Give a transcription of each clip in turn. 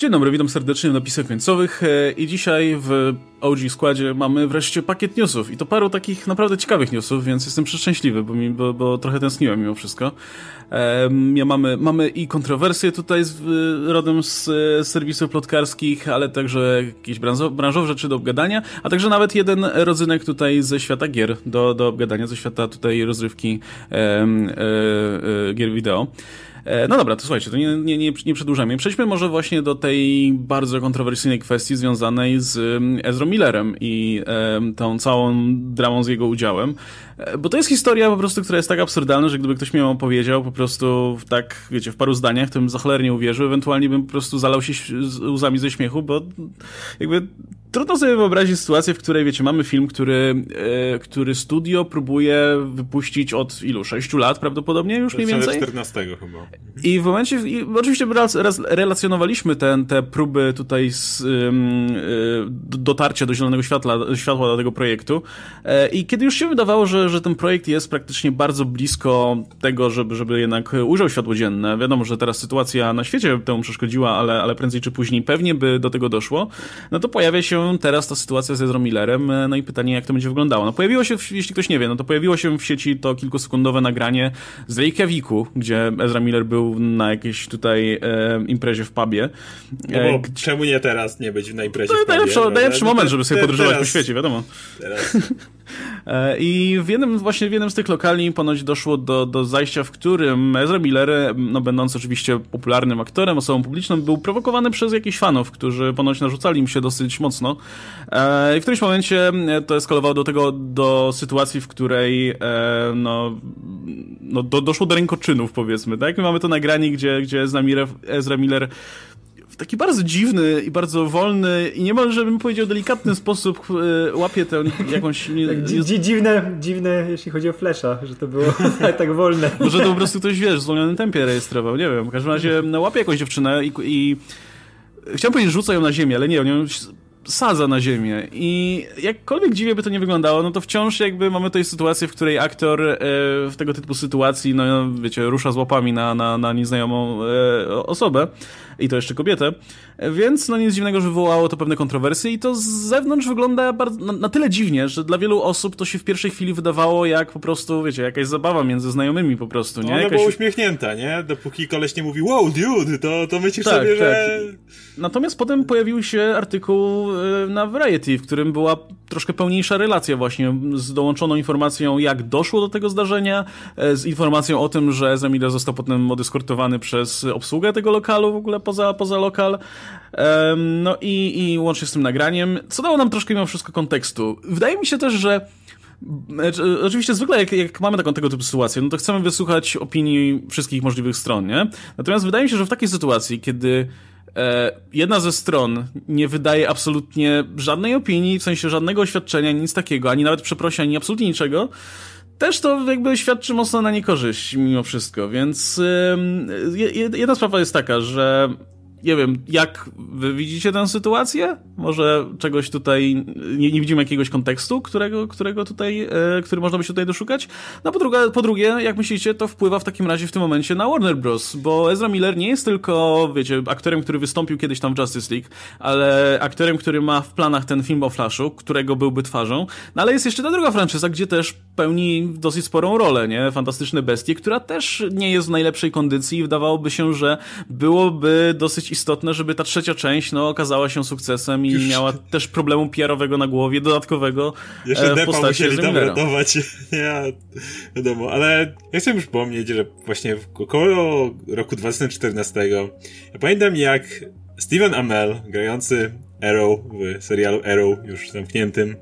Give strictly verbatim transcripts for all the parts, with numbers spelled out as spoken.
Dzień dobry, witam serdecznie na napisach końcowych i dzisiaj w O G składzie mamy wreszcie pakiet newsów i to paru takich naprawdę ciekawych newsów, więc jestem przeszczęśliwy, bo, mi, bo, bo trochę tęskniłem mimo wszystko. Um, ja mamy, mamy i kontrowersje tutaj z, rodem z, z serwisów plotkarskich, ale także jakieś branżo, branżowe rzeczy do obgadania, a także nawet jeden rodzynek tutaj ze świata gier do, do obgadania, ze świata tutaj rozrywki um, e, e, gier wideo. No dobra, to słuchajcie, to nie, nie, nie, nie przedłużamy. Przejdźmy może właśnie do tej bardzo kontrowersyjnej kwestii związanej z Ezrą Millerem i e, tą całą dramą z jego udziałem. E, bo to jest historia po prostu, która jest tak absurdalna, że gdyby ktoś mi ją opowiedział po prostu w tak, wiecie, w paru zdaniach, to bym za cholernie uwierzył, ewentualnie bym po prostu zalał się łzami ze śmiechu, bo jakby trudno sobie wyobrazić sytuację, w której, wiecie, mamy film, który, e, który studio próbuje wypuścić od ilu? Sześciu lat prawdopodobnie już mniej więcej? czternastego chyba. I w momencie, i oczywiście raz, raz relacjonowaliśmy ten, te próby tutaj z ym, y, dotarcia do zielonego światła, światła do tego projektu e, i kiedy już się wydawało, że, że ten projekt jest praktycznie bardzo blisko tego, żeby, żeby jednak ujrzał światło dzienne, wiadomo, że teraz sytuacja na świecie temu przeszkodziła, ale, ale prędzej czy później pewnie by do tego doszło, no to pojawia się teraz ta sytuacja z Ezrą Millerem, no i pytanie, jak to będzie wyglądało. No pojawiło się, jeśli ktoś nie wie, no to pojawiło się w sieci to kilkusekundowe nagranie z Reykjaviku, gdzie Ezra Miller był na jakiejś tutaj e, imprezie w pubie. No bo e, czemu nie teraz nie być na imprezie to w pubie? Najlepszy, no, najlepszy no, moment, te, żeby sobie te, podróżować teraz, po świecie, wiadomo. Teraz. I w jednym, właśnie w jednym z tych lokali ponoć doszło do, do zajścia, w którym Ezra Miller, no będąc oczywiście popularnym aktorem, osobą publiczną, był prowokowany przez jakichś fanów, którzy ponoć narzucali im się dosyć mocno. I w którymś momencie to eskalowało do tego, do sytuacji, w której no, no do, doszło do rękoczynów, powiedzmy, tak? My mamy to nagranie, gdzie, gdzie Ezra Miller, Ezra Miller w taki bardzo dziwny i bardzo wolny i niemalże bym powiedział delikatny sposób y, łapie tę jakąś... Nie, tak, dzi- dzi- dziwne, dziwne, jeśli chodzi o Flasha, że to było tak wolne. Może to po prostu ktoś, wiesz, w zwolnionym tempie rejestrował, nie wiem. W każdym razie no, łapie jakąś dziewczynę i, i chciałem powiedzieć, rzuca ją na ziemię, ale nie, on ją sadza na ziemię i jakkolwiek dziwnie by to nie wyglądało, no to wciąż jakby mamy tutaj sytuację, w której aktor e, w tego typu sytuacji, no wiecie, rusza z łapami na, na, na nieznajomą e, osobę i to jeszcze kobietę, więc no nic dziwnego, że wywołało to pewne kontrowersje i to z zewnątrz wygląda bardzo, na, na tyle dziwnie, że dla wielu osób to się w pierwszej chwili wydawało jak po prostu, wiecie, jakaś zabawa między znajomymi po prostu, nie? Ona jakaś... była uśmiechnięta, nie? Dopóki koleś nie mówi wow, dude, to, to myślisz tak, sobie, tak. że... Natomiast potem pojawił się artykuł na Variety, w którym była troszkę pełniejsza relacja właśnie z dołączoną informacją, jak doszło do tego zdarzenia, z informacją o tym, że Ezra Miller został potem odeskortowany przez obsługę tego lokalu w ogóle poza, poza lokal. No i, i łącznie z tym nagraniem, co dało nam troszkę mimo wszystko kontekstu. Wydaje mi się też, że oczywiście zwykle jak, jak mamy taką tego typu sytuację, no to chcemy wysłuchać opinii wszystkich możliwych stron, nie? Natomiast wydaje mi się, że w takiej sytuacji, kiedy jedna ze stron nie wydaje absolutnie żadnej opinii, w sensie żadnego oświadczenia, nic takiego, ani nawet przeprosin, ani absolutnie niczego, też to jakby świadczy mocno na niekorzyść mimo wszystko, więc yy, jedna sprawa jest taka, że nie wiem, jak wy widzicie tę sytuację? Może czegoś tutaj, nie, nie widzimy jakiegoś kontekstu, którego, którego tutaj, e, który można by się tutaj doszukać? No po drugie, po drugie, jak myślicie, to wpływa w takim razie w tym momencie na Warner Bros., bo Ezra Miller nie jest tylko, wiecie, aktorem, który wystąpił kiedyś tam w Justice League, ale aktorem, który ma w planach ten film o Flashu, którego byłby twarzą, no ale jest jeszcze ta druga franczyza, gdzie też pełni dosyć sporą rolę, nie? Fantastyczne Bestie, która też nie jest w najlepszej kondycji i wydawałoby się, że byłoby dosyć istotne, żeby ta trzecia część no, okazała się sukcesem i już miała też problemu P R-owego na głowie, dodatkowego jeszcze w postaci musieli tam ratować. Nie, wiadomo, ale ja chcę już wspomnieć, że właśnie około roku dwa tysiące czternastego ja pamiętam jak Stephen Amell, grający Arrow w serialu Arrow, już zamkniętym,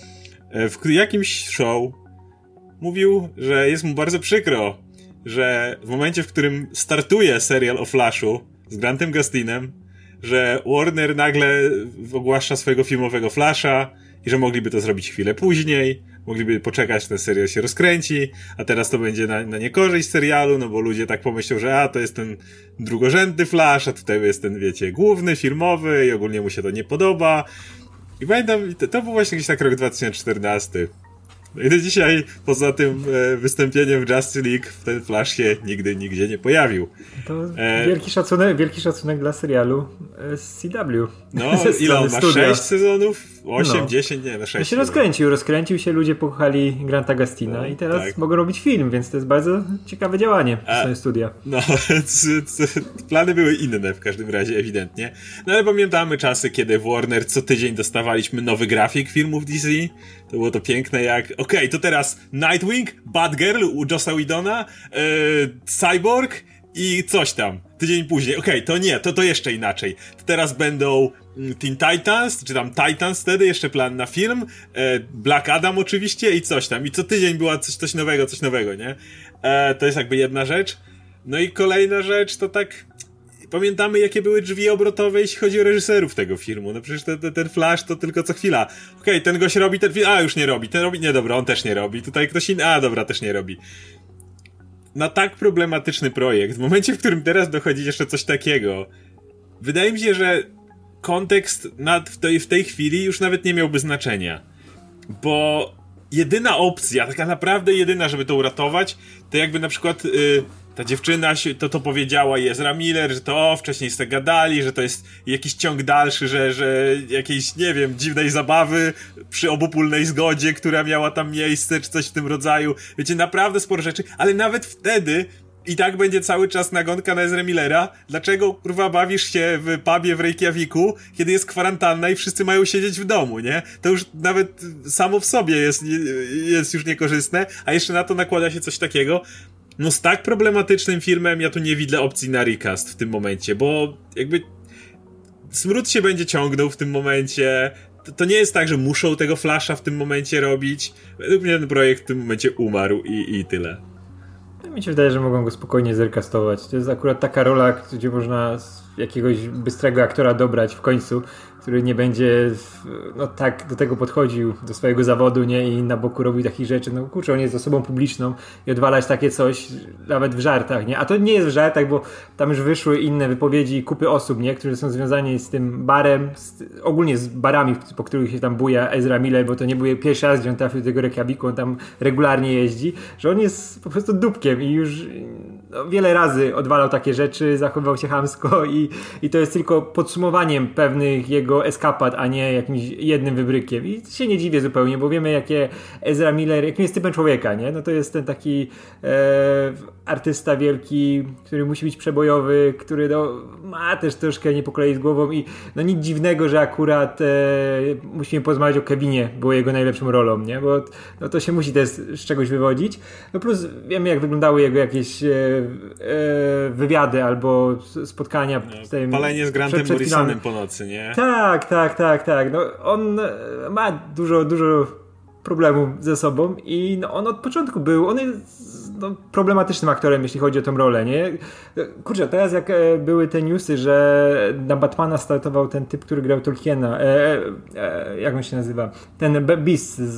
w jakimś show mówił, że jest mu bardzo przykro, że w momencie, w którym startuje serial o Flashu z Grantem Gustinem, że Warner nagle ogłasza swojego filmowego Flasha i że mogliby to zrobić chwilę później, mogliby poczekać, ten serial się rozkręci, a teraz to będzie na, na niekorzyść serialu, no bo ludzie tak pomyślą, że a, to jest ten drugorzędny Flash, a tutaj jest ten, wiecie, główny, filmowy i ogólnie mu się to nie podoba. I pamiętam, to, to był właśnie jakiś tak rok dwa tysiące czternasty. No i do dzisiaj, poza tym e, wystąpieniem w Justice League, ten Flash się nigdy, nigdzie nie pojawił. To e... wielki szacunek, wielki szacunek dla serialu z C W. No, ile on ma? Studia. sześć sezonów? osiem, no. dziesięć? Nie, no sześć. No się rozkręcił, rozkręcił się, ludzie pokochali Granta Gustina no, i teraz tak. mogą robić film, więc to jest bardzo ciekawe działanie w stronie studia. No, c, c, plany były inne w każdym razie, ewidentnie. No ale pamiętamy czasy, kiedy w Warner co tydzień dostawaliśmy nowy grafik filmów D C. To było to piękne jak, okej, okay, to teraz Nightwing, Batgirl u Jossa Whedona, yy, Cyborg i coś tam. Tydzień później, okej, okay, to nie, to to jeszcze inaczej. To teraz będą Teen Titans, czy tam Titans wtedy, jeszcze plan na film, e, Black Adam oczywiście i coś tam. I co tydzień była coś, coś nowego, coś nowego, nie? E, to jest jakby jedna rzecz. No i kolejna rzecz to tak... Pamiętamy, jakie były drzwi obrotowe, jeśli chodzi o reżyserów tego filmu. No przecież ten, ten, ten Flash to tylko co chwila. Okej, okay, ten gość robi ten film, a już nie robi. Ten robi, nie dobra, on też nie robi. Tutaj ktoś inny, a dobra, też nie robi. Na tak problematyczny projekt, w momencie, w którym teraz dochodzi jeszcze coś takiego, wydaje mi się, że kontekst nad, w, tej, w tej chwili już nawet nie miałby znaczenia. Bo jedyna opcja, taka naprawdę jedyna, żeby to uratować, to jakby na przykład yy, ta dziewczyna się, to to powiedziała i Ezra Miller, że to o, wcześniej ste gadali, że to jest jakiś ciąg dalszy, że, że jakiejś, nie wiem, dziwnej zabawy przy obopólnej zgodzie, która miała tam miejsce, czy coś w tym rodzaju. Wiecie, naprawdę sporo rzeczy, ale nawet wtedy i tak będzie cały czas nagonka na Ezra Millera. Dlaczego, kurwa, bawisz się w pubie w Reykjaviku, kiedy jest kwarantanna i wszyscy mają siedzieć w domu, nie? To już nawet samo w sobie jest, jest już niekorzystne, a jeszcze na to nakłada się coś takiego. No z tak problematycznym filmem ja tu nie widzę opcji na recast w tym momencie, bo jakby smród się będzie ciągnął w tym momencie. To, to nie jest tak, że muszą tego Flasha w tym momencie robić. Według mnie ten projekt w tym momencie umarł i, i tyle. Mi się wydaje, że mogą go spokojnie zrecastować. To jest akurat taka rola, gdzie można jakiegoś bystrego aktora dobrać w końcu, który nie będzie no tak do tego podchodził, do swojego zawodu, nie, i na boku robił takich rzeczy. No kurczę, on jest osobą publiczną i odwalać takie coś nawet w żartach, nie? A to nie jest w żartach, bo tam już wyszły inne wypowiedzi kupy osób, nie, które są związani z tym barem, z, ogólnie z barami, po których się tam buja Ezra Miller, bo to nie był pierwszy raz, gdzie on trafił do tego Reykjaviku, on tam regularnie jeździ, że on jest po prostu dupkiem i już no, wiele razy odwalał takie rzeczy, zachowywał się chamsko i, i to jest tylko podsumowaniem pewnych jego eskapad, a nie jakimś jednym wybrykiem. I się nie dziwię zupełnie, bo wiemy, jakie Ezra Miller, jakim jest typem człowieka, nie? No to jest ten taki e, artysta wielki, który musi być przebojowy, który no, ma też troszkę nie po kolei z głową i no nic dziwnego, że akurat e, musimy porozmawiać o Kevinie, było jego najlepszą rolą, nie? Bo no, to się musi też z czegoś wywodzić. No plus wiemy, jak wyglądały jego jakieś e, e, wywiady albo spotkania. No, z tym, palenie z Grantem Morrisonem po nocy, nie? Tak, tak, tak, tak. No, on ma dużo, dużo problemów ze sobą i no, on od początku był, on jest no, problematycznym aktorem, jeśli chodzi o tą rolę, nie? Kurczę, teraz jak e, były te newsy, że na Batmana startował ten typ, który grał Tolkiena, e, e, jak on się nazywa? Ten Beast z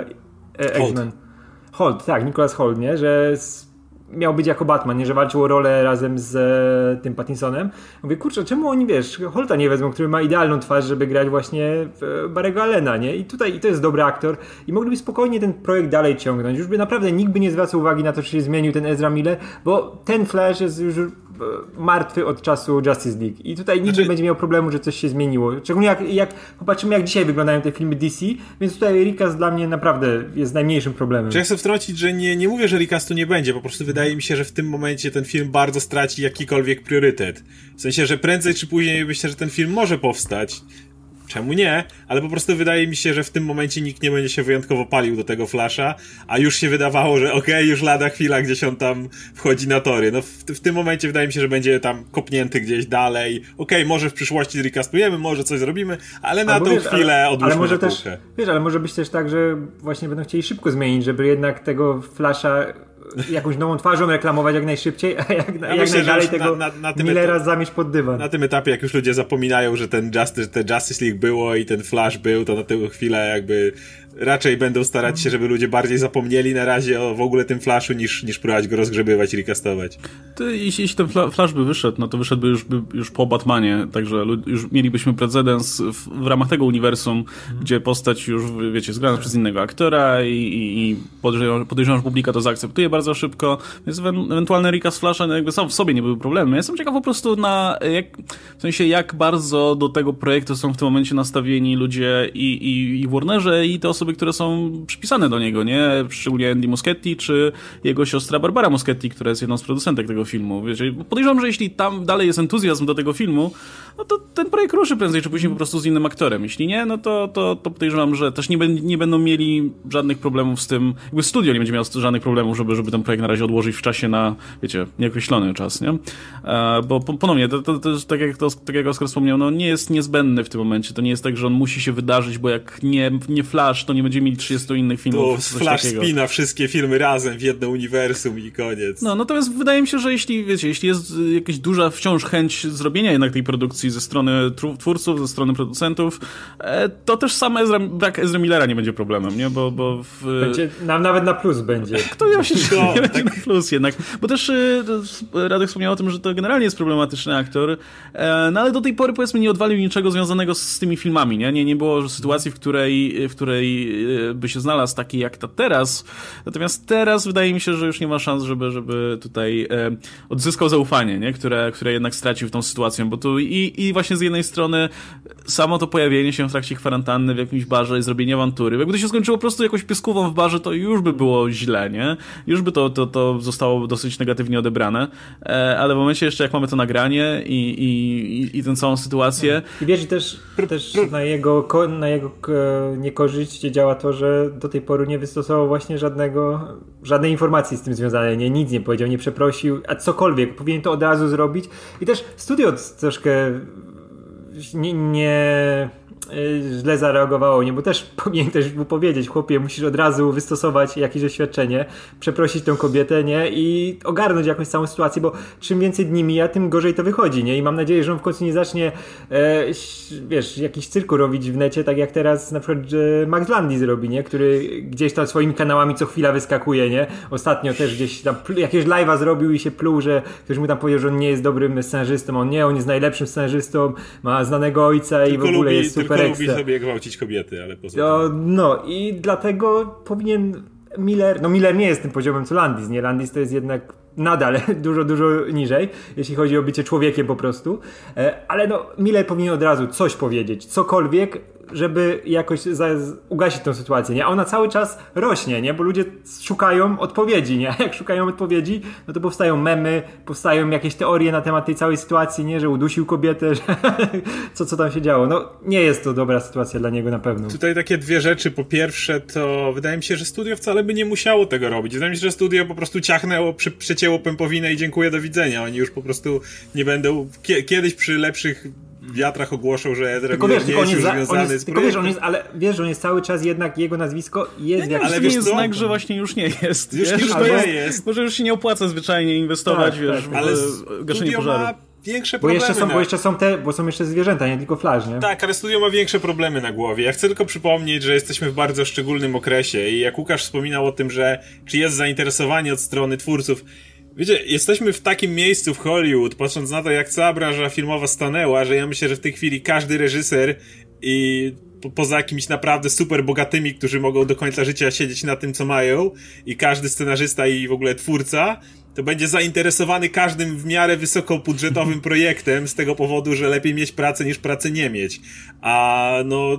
e, X-Men. Holt, tak, Nicholas Holt, nie? Że z, miał być jako Batman, nie, że walczył o rolę razem z e, tym Pattinsonem. Mówię, kurczę, czemu oni, wiesz, Holta nie wezmą, który ma idealną twarz, żeby grać właśnie w Barry'ego Allena, nie? I tutaj i to jest dobry aktor i mogliby spokojnie ten projekt dalej ciągnąć. Już by naprawdę nikt by nie zwracał uwagi na to, czy się zmienił ten Ezra Miller, bo ten Flash jest już martwy od czasu Justice League. I tutaj nikt znaczy... nie będzie miał problemu, że coś się zmieniło. Szczególnie jak, jak popatrzymy, jak dzisiaj wyglądają te filmy D C, więc tutaj recast dla mnie naprawdę jest najmniejszym problemem. Czy ja chcę wtrącić, że nie, nie mówię, że recastu nie będzie, po prostu wydaje mi się, że w tym momencie ten film bardzo straci jakikolwiek priorytet. W sensie, że prędzej czy później myślę, że ten film może powstać. Czemu nie? Ale po prostu wydaje mi się, że w tym momencie nikt nie będzie się wyjątkowo palił do tego Flasha, a już się wydawało, że okej, okay, już lada chwila, gdzieś on tam wchodzi na tory. No w, w tym momencie wydaje mi się, że będzie tam kopnięty gdzieś dalej. Okej, okay, może w przyszłości recastujemy, może coś zrobimy, ale na albo tą wiesz, chwilę ale, odłóżmy ale może na też, wiesz, ale może być też tak, że właśnie będą chcieli szybko zmienić, żeby jednak tego Flasha jakąś nową twarzą reklamować jak najszybciej, a jak, ja jak myślę, najdalej tego na, na, na Millera etapie, zamieść pod dywan. Na tym etapie, jak już ludzie zapominają, że ten Justice, ten Justice League było i ten Flash był, to na tę chwilę jakby raczej będą starać się, żeby ludzie bardziej zapomnieli na razie o w ogóle tym Flashu, niż, niż próbować go rozgrzebywać i recastować. To, jeśli, jeśli ten Flash by wyszedł, no to wyszedłby już, by, już po Batmanie, także już mielibyśmy precedens w, w ramach tego uniwersum, mhm. gdzie postać już, wiecie, zgrana przez innego aktora i, i, i podejrzewam, podejrzewam, że publika to zaakceptuje bardzo szybko, więc ewentualne recast Flasha no jakby sam w sobie nie były problemem. Ja jestem ciekaw po prostu na, jak, w sensie jak bardzo do tego projektu są w tym momencie nastawieni ludzie i, i, i w Warnerze i te osoby, które są przypisane do niego, nie? Szczególnie Andy Muschietti czy jego siostra Barbara Muschietti, która jest jedną z producentek tego filmu. Wiecie, podejrzewam, że jeśli tam dalej jest entuzjazm do tego filmu, no to ten projekt ruszy prędzej czy później po prostu z innym aktorem. Jeśli nie, no to, to, to podejrzewam, że też nie, nie będą mieli żadnych problemów z tym, jakby studio nie będzie miało żadnych problemów, żeby, żeby ten projekt na razie odłożyć w czasie na, wiecie, nieokreślony czas, nie? E, bo ponownie, to, to, to, tak jak, to, tak jak Oskar wspomniał, no nie jest niezbędny w tym momencie. To nie jest tak, że on musi się wydarzyć, bo jak nie, nie Flash, to nie będziemy mieli trzydziestu innych filmów. To Flash takiego. Spina wszystkie filmy razem w jedno uniwersum i koniec. No, natomiast wydaje mi się, że jeśli, wiecie, jeśli jest jakaś duża wciąż chęć zrobienia jednak tej produkcji ze strony twórców, ze strony producentów, to też sam Ezra, brak Ezra Millera nie będzie problemem, nie? Bo, bo w... będzie, nam nawet na plus będzie. Kto ja myślę, że nie będzie na plus jednak. Bo też Radek wspomniał o tym, że to generalnie jest problematyczny aktor, no ale do tej pory powiedzmy nie odwalił niczego związanego z tymi filmami, nie? Nie, nie było sytuacji, w której, w której by się znalazł taki jak ta teraz. Natomiast teraz wydaje mi się, że już nie ma szans, żeby, żeby tutaj e, odzyskał zaufanie, nie? Które, które jednak stracił w tą sytuację, bo tu i, i właśnie z jednej strony samo to pojawienie się w trakcie kwarantanny w jakimś barze i zrobienie awantury. Jakby to się skończyło po prostu jakąś pieskówą w barze, to już by było źle, nie? Już by to, to, to zostało dosyć negatywnie odebrane, e, ale w momencie jeszcze jak mamy to nagranie i, i, i tę całą sytuację... I wiesz, też, też na jego, na jego niekorzyść działa to, że do tej pory nie wystosował właśnie żadnego, żadnej informacji z tym związanej, nie, nic nie powiedział, nie przeprosił, a cokolwiek, powinien to od razu zrobić. I też studio troszkę nie, nie źle zareagowało, nie, bo też powinien też mu powiedzieć, chłopie, musisz od razu wystosować jakieś oświadczenie, przeprosić tę kobietę, nie, i ogarnąć jakąś całą sytuację, bo czym więcej dni mija, tym gorzej to wychodzi, nie, i mam nadzieję, że on w końcu nie zacznie e, wiesz, jakiś cyrku robić w necie, tak jak teraz na przykład e, Max Landis robi, nie, który gdzieś tam swoimi kanałami co chwila wyskakuje, nie, ostatnio też gdzieś tam pl- jakiegoś live'a zrobił i się pluł, że ktoś mu tam powiedział, że on nie jest dobrym scenarzystą, on nie, on jest najlepszym scenarzystą, ma znanego ojca i tylko w ogóle lubi, jest super lubi sobie gwałcić kobiety, ale poza no, no i dlatego powinien Miller, no Miller nie jest tym poziomem co Landis, nie? Landis to jest jednak nadal dużo, dużo niżej, jeśli chodzi o bycie człowiekiem po prostu, ale no Miller powinien od razu coś powiedzieć, cokolwiek, żeby jakoś za, ugasić tę sytuację, nie? A ona cały czas rośnie, nie? Bo ludzie szukają odpowiedzi, nie? A jak szukają odpowiedzi, no to powstają memy, powstają jakieś teorie na temat tej całej sytuacji, nie? Że udusił kobietę, że co, co tam się działo. No nie jest to dobra sytuacja dla niego na pewno. Tutaj takie dwie rzeczy. Po pierwsze, to wydaje mi się, że studio wcale by nie musiało tego robić. Wydaje mi się, że studio po prostu ciachnęło, przy, przecięło pępowinę i dziękuję, do widzenia. Oni już po prostu nie będą... Kie, kiedyś przy lepszych wiatrach ogłoszą, że Ezra Miller nie jest już za, związany jest, z tylko wiesz, on jest, ale wiesz, że on jest cały czas jednak, jego nazwisko jest w jakimś... Ale wiesz, jest znak, że właśnie już nie jest. Już, wiesz, już albo, nie jest. Może już się nie opłaca zwyczajnie inwestować, tak, wiesz, tak, w ale gaszenie pożaru. Ma większe bo problemy. Jeszcze są, na... Bo jeszcze są te, bo są jeszcze zwierzęta, nie tylko Flash, nie? Tak, ale studio ma większe problemy na głowie. Ja chcę tylko przypomnieć, że jesteśmy w bardzo szczególnym okresie i jak Łukasz wspominał o tym, że czy jest zainteresowanie od strony twórców. Wiecie, jesteśmy w takim miejscu w Hollywood, patrząc na to, jak cała branża filmowa stanęła, że ja myślę, że w tej chwili każdy reżyser i po, poza jakimiś naprawdę super bogatymi, którzy mogą do końca życia siedzieć na tym, co mają, i każdy scenarzysta i w ogóle twórca, to będzie zainteresowany każdym w miarę wysokobudżetowym projektem z tego powodu, że lepiej mieć pracę niż pracę nie mieć. A no,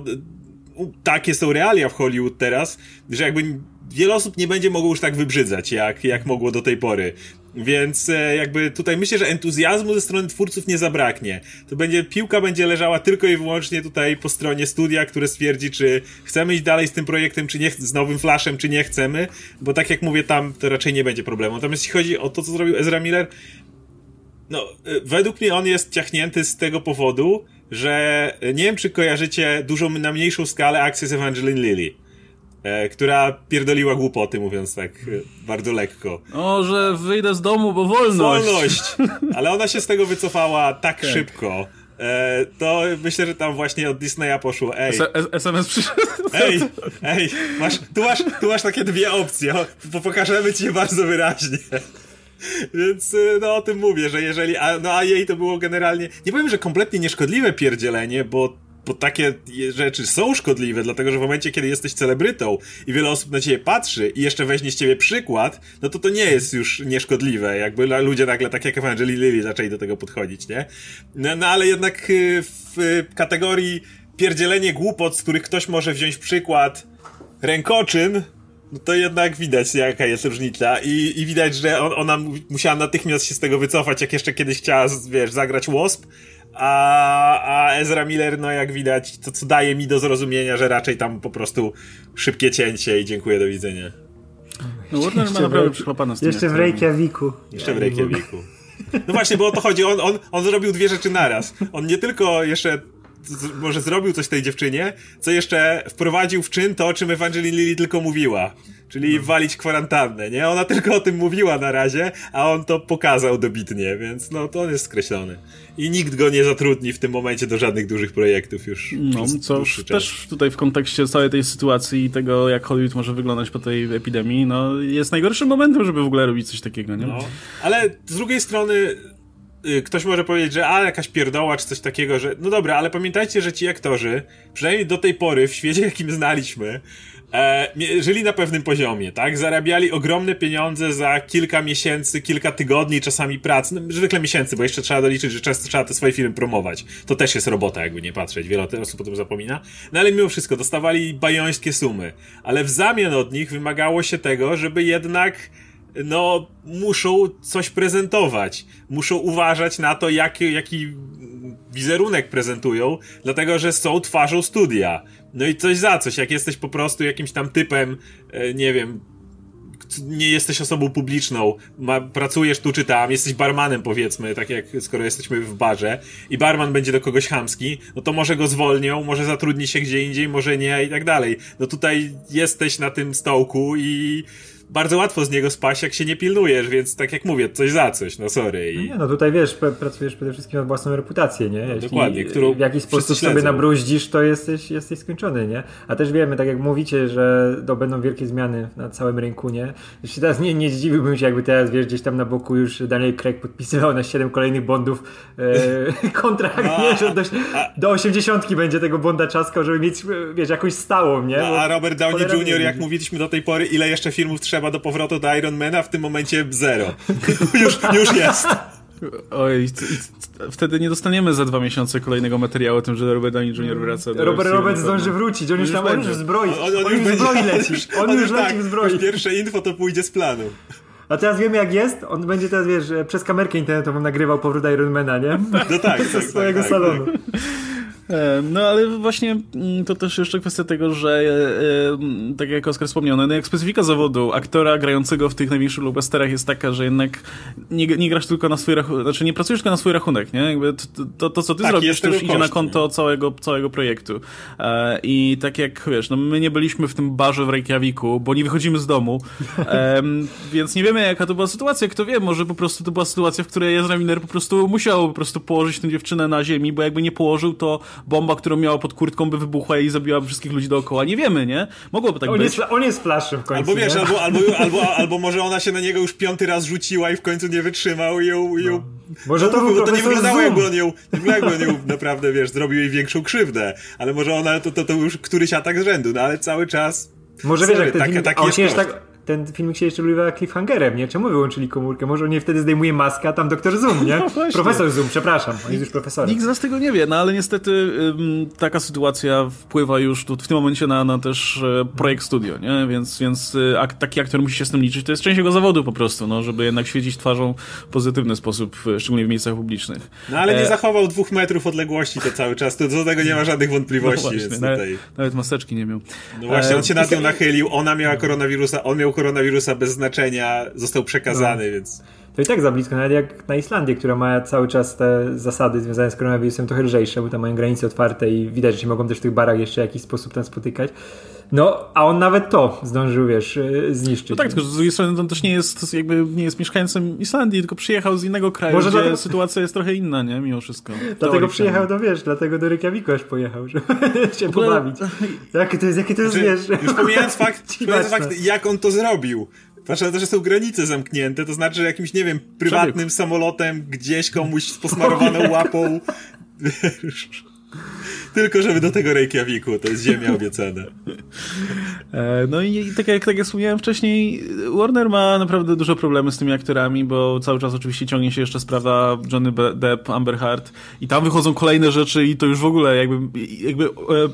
takie są realia w Hollywood teraz, że jakby wiele osób nie będzie mogło już tak wybrzydzać, jak, jak mogło do tej pory. Więc e, jakby tutaj myślę, że entuzjazmu ze strony twórców nie zabraknie. To będzie, piłka będzie leżała tylko i wyłącznie tutaj po stronie studia, które stwierdzi, czy chcemy iść dalej z tym projektem, czy nie, z nowym Flashem, czy nie chcemy, bo tak jak mówię, tam to raczej nie będzie problemu. Natomiast jeśli chodzi o to, co zrobił Ezra Miller, no, e, według mnie on jest ciachnięty z tego powodu, że nie wiem, czy kojarzycie dużą, na mniejszą skalę akcję z Evangeline Lilly, E, która pierdoliła głupoty, mówiąc tak e, bardzo lekko. O, że wyjdę z domu, bo wolność. Wolność! Ale ona się z tego wycofała tak, tak. szybko. e, to myślę, że tam właśnie od Disneya poszło, ej. S M S przyszedł. Ej, ej, masz, tu, masz, tu masz takie dwie opcje, o, pokażemy ci je bardzo wyraźnie. Więc no o tym mówię, że jeżeli, a, no a jej to było generalnie, nie powiem, że kompletnie nieszkodliwe pierdzielenie, bo bo takie rzeczy są szkodliwe, dlatego że w momencie, kiedy jesteś celebrytą i wiele osób na ciebie patrzy i jeszcze weźmie z ciebie przykład, no to to nie jest już nieszkodliwe, jakby ludzie nagle, tak jak Evangeline Lilly, zaczęli do tego podchodzić, nie? No, no ale jednak w kategorii pierdzielenie głupot, z których ktoś może wziąć przykład rękoczyn, no to jednak widać, jaka jest różnica i, i widać, że on, ona musiała natychmiast się z tego wycofać, jak jeszcze kiedyś chciała, wiesz, zagrać Wasp, a, a Ezra Miller, no jak widać, to co daje mi do zrozumienia, że raczej tam po prostu szybkie cięcie i dziękuję, do widzenia. No Warner ma naprawdę przychlopane z tym. Jeszcze w Reykjaviku. Jeszcze w Reykjaviku. No właśnie, bo o to chodzi, on, on, on zrobił dwie rzeczy naraz. On nie tylko jeszcze może zrobił coś tej dziewczynie, co jeszcze wprowadził w czyn to, o czym Evangeline Lilly tylko mówiła. Czyli walić kwarantannę, nie? Ona tylko o tym mówiła na razie, a on to pokazał dobitnie, więc no to on jest skreślony. I nikt go nie zatrudni w tym momencie do żadnych dużych projektów już. No, co też tutaj w kontekście całej tej sytuacji i tego, jak Hollywood może wyglądać po tej epidemii, no jest najgorszym momentem, żeby w ogóle robić coś takiego, nie? No, ale z drugiej strony ktoś może powiedzieć, że a, jakaś pierdoła czy coś takiego, że no dobra, ale pamiętajcie, że ci aktorzy, przynajmniej do tej pory w świecie, jakim znaliśmy, e, żyli na pewnym poziomie, tak? Zarabiali ogromne pieniądze za kilka miesięcy, kilka tygodni, czasami pracy, no, zwykle miesięcy, bo jeszcze trzeba doliczyć, że często trzeba te swoje filmy promować. To też jest robota, jakby nie patrzeć, wiele osób o tym zapomina. No ale mimo wszystko, dostawali bajońskie sumy, ale w zamian od nich wymagało się tego, żeby jednak no, muszą coś prezentować. Muszą uważać na to, jaki, jaki wizerunek prezentują, dlatego, że są twarzą studia. No i coś za coś. Jak jesteś po prostu jakimś tam typem, nie wiem, nie jesteś osobą publiczną, ma, pracujesz tu czy tam, jesteś barmanem, powiedzmy, tak jak skoro jesteśmy w barze i barman będzie do kogoś chamski, no to może go zwolnią, może zatrudni się gdzie indziej, może nie i tak dalej. No tutaj jesteś na tym stołku i bardzo łatwo z niego spaść, jak się nie pilnujesz, więc tak jak mówię, coś za coś, no sorry. I... Nie, no tutaj wiesz, pracujesz przede wszystkim nad własną reputację, nie? Jeśli dokładnie, którą w jakiś sposób sobie nabruździsz, to jesteś, jesteś skończony, nie? A też wiemy, tak jak mówicie, że to będą wielkie zmiany na całym rynku, nie? Jeśli teraz nie, nie zdziwiłbym się, jakby teraz, wiesz, gdzieś tam na boku już Daniel Craig podpisywał na siedem kolejnych Bondów e, kontrakt, a, nie? Że do, a, do osiemdziesiątki będzie tego Bonda czaskał, żeby mieć, wiesz, jakąś stałą, nie? Bo a Robert Downey junior, jak mówiliśmy do tej pory, ile jeszcze filmów trzeba do powrotu do Ironmana, w tym momencie zero. już, już jest. Oj, wtedy nie dostaniemy za dwa miesiące kolejnego materiału o tym, że Robert Downey junior wraca do Robert Robert zdąży wrócić, on już tam on już w zbroi. On, on, on już w zbroi leci. On, on już leci tak, w zbroi. Pierwsze info to pójdzie z planu. A teraz wiemy jak jest, on będzie teraz, wiesz, przez kamerkę internetową nagrywał powrót Ironmana, nie? No tak, ze tak, swojego tak, salonu. Tak. No ale właśnie to też jeszcze kwestia tego, że tak jak Oskar wspomniał, no jak specyfika zawodu aktora grającego w tych największych blockbusterach jest taka, że jednak nie, nie grasz tylko na swój rachunek, znaczy nie pracujesz tylko na swój rachunek, nie? Jakby to, to, to co ty tak, zrobisz, też idzie na konto całego, całego projektu. I tak jak wiesz, no my nie byliśmy w tym barze w Reykjaviku, bo nie wychodzimy z domu, więc nie wiemy jaka to była sytuacja, kto wie, może po prostu to była sytuacja, w której Ezra Miller po prostu musiał po prostu położyć tę dziewczynę na ziemi, bo jakby nie położył, to bomba, którą miała pod kurtką, by wybuchła i zabiła wszystkich ludzi dookoła. Nie wiemy, nie? Mogłoby tak on być. Jest, on jest flaszem w końcu. Albo wiesz, nie? albo, albo, albo, albo może ona się na niego już piąty raz rzuciła i w końcu nie wytrzymał i ją... I ją no. Może no, to był to nie wyglądało Zoom. jakby on ją, nie wyglądało jakby on ją naprawdę, wiesz, zrobił jej większą krzywdę. Ale może ona, to, to, to już któryś atak z rzędu, no ale cały czas... Może wiesz, jak ten tak, film, tak on jest się tak... Ten filmik się jeszcze bywa cliffhangerem, nie? Czemu wyłączyli komórkę? Może on nie wtedy zdejmuje maskę, a tam doktor Zoom, nie? No Profesor Zoom, przepraszam, on jest już profesorem. Nikt z nas tego nie wie, no ale niestety ym, taka sytuacja wpływa już tu, w tym momencie na, na też e, projekt studio, nie? Więc, więc e, ak, taki aktor musi się z tym liczyć. To jest część jego zawodu po prostu, no, żeby jednak świecić twarzą w pozytywny sposób, szczególnie w miejscach publicznych. No ale nie e... zachował dwóch metrów odległości to cały czas, to do tego nie ma żadnych wątpliwości. No właśnie, więc nawet, tutaj... nawet maseczki nie miał. No właśnie, on się nad nią nachylił, ona miała koronawirusa, on miał koronawirusa bez znaczenia, został przekazany, no. Więc... to i tak za blisko, nawet jak na Islandię, która ma cały czas te zasady związane z koronawirusem trochę lżejsze, bo tam mają granice otwarte i widać, że się mogą też w tych barach jeszcze w jakiś sposób tam spotykać. No, a on nawet to zdążył, wiesz, zniszczyć. No tak, tylko z drugiej strony on też nie jest jakby nie jest mieszkańcem Islandii, tylko przyjechał z innego kraju, Może gdzie dlatego... sytuacja jest trochę inna, nie? Mimo wszystko. Dlatego przyjechał, no wiesz, dlatego do Reykjaviku aż pojechał, żeby się ogóle... pobawić. Jakie to jest, jakie to jest, znaczy, wiesz... Już pomijając fakt, pomijając fakt, jak on to zrobił. Patrz na to, że są granice zamknięte, to znaczy, że jakimś, nie wiem, prywatnym Przebieg. samolotem gdzieś komuś z posmarowaną łapą... Tylko żeby do tego Reykjaviku, to jest ziemia obiecana. No i tak jak, tak jak wspomniałem wcześniej, Warner ma naprawdę duże problemy z tymi aktorami, bo cały czas oczywiście ciągnie się jeszcze sprawa Johnny Depp, Amber Heard i tam wychodzą kolejne rzeczy i to już w ogóle jakby, jakby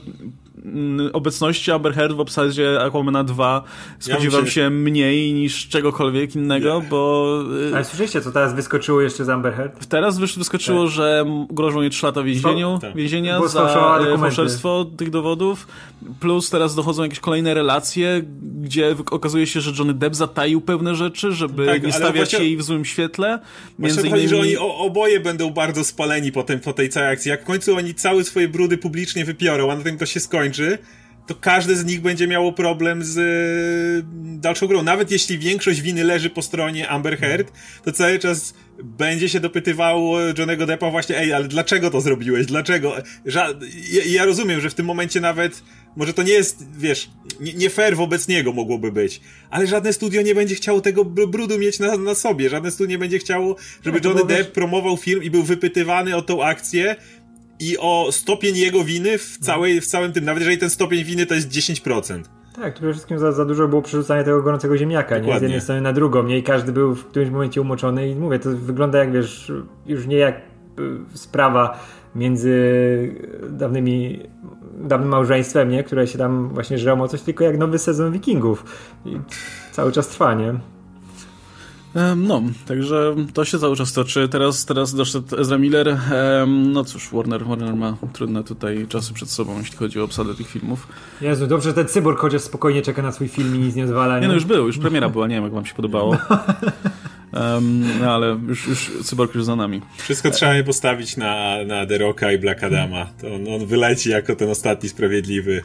obecności Amber Heard w obsadzie Aquamana dwa spodziewam ja się... się mniej niż czegokolwiek innego, yeah. bo... Ale słyszeliście, co teraz wyskoczyło jeszcze z Amber Heard? Teraz wyskoczyło, tak. że grożą jej trzy lata więzieniu, tak. więzienia bo za fałszerstwo tych dowodów, plus teraz dochodzą jakieś kolejne relacje, gdzie okazuje się, że Johnny Depp zataił pewne rzeczy, żeby tak, nie stawiać właśnie... jej w złym świetle. Między innymi... chodzi, że oni oboje będą bardzo spaleni po, tym, po tej całej akcji. Jak w końcu oni całe swoje brudy publicznie wypiorą, a na tym to się skończy, to każdy z nich będzie miało problem z y, dalszą grą. Nawet jeśli większość winy leży po stronie Amber Heard, to cały czas będzie się dopytywało Johnny'ego Deppa właśnie, ej, ale dlaczego to zrobiłeś? Dlaczego? Ża- ja, ja rozumiem, że w tym momencie nawet może to nie jest, wiesz, nie, nie fair wobec niego mogłoby być, ale żadne studio nie będzie chciało tego brudu mieć na, na sobie. Żadne studio nie będzie chciało, żeby Johnny Depp promował film i był wypytywany o tą akcję i o stopień jego winy w, całej, w całym tym, nawet jeżeli ten stopień winy to jest dziesięć procent. Tak, przede wszystkim za, za dużo było przerzucanie tego gorącego ziemniaka, nie? Z jednej strony na drugą, nie? I każdy był w którymś momencie umoczony i mówię, to wygląda jak, wiesz, już nie jak sprawa między dawnymi, dawnym małżeństwem, nie? Które się tam właśnie żrą o coś, tylko jak nowy sezon Wikingów. I cały czas trwa, nie? No, także to się cały czas toczy. Teraz, teraz doszedł Ezra Miller. No cóż, Warner, Warner ma trudne tutaj czasy przed sobą, jeśli chodzi o obsadę tych filmów. Jezu, dobrze, że ten cyborg chociaż spokojnie czeka na swój film i nic nie odwala. Nie, nie no już był, już premiera była, nie wiem jak wam się podobało. Um, no ale już, już cyborg już za nami. Wszystko trzeba je postawić na, na The Rocka i Black Adama. To on, on wyleci jako ten ostatni sprawiedliwy.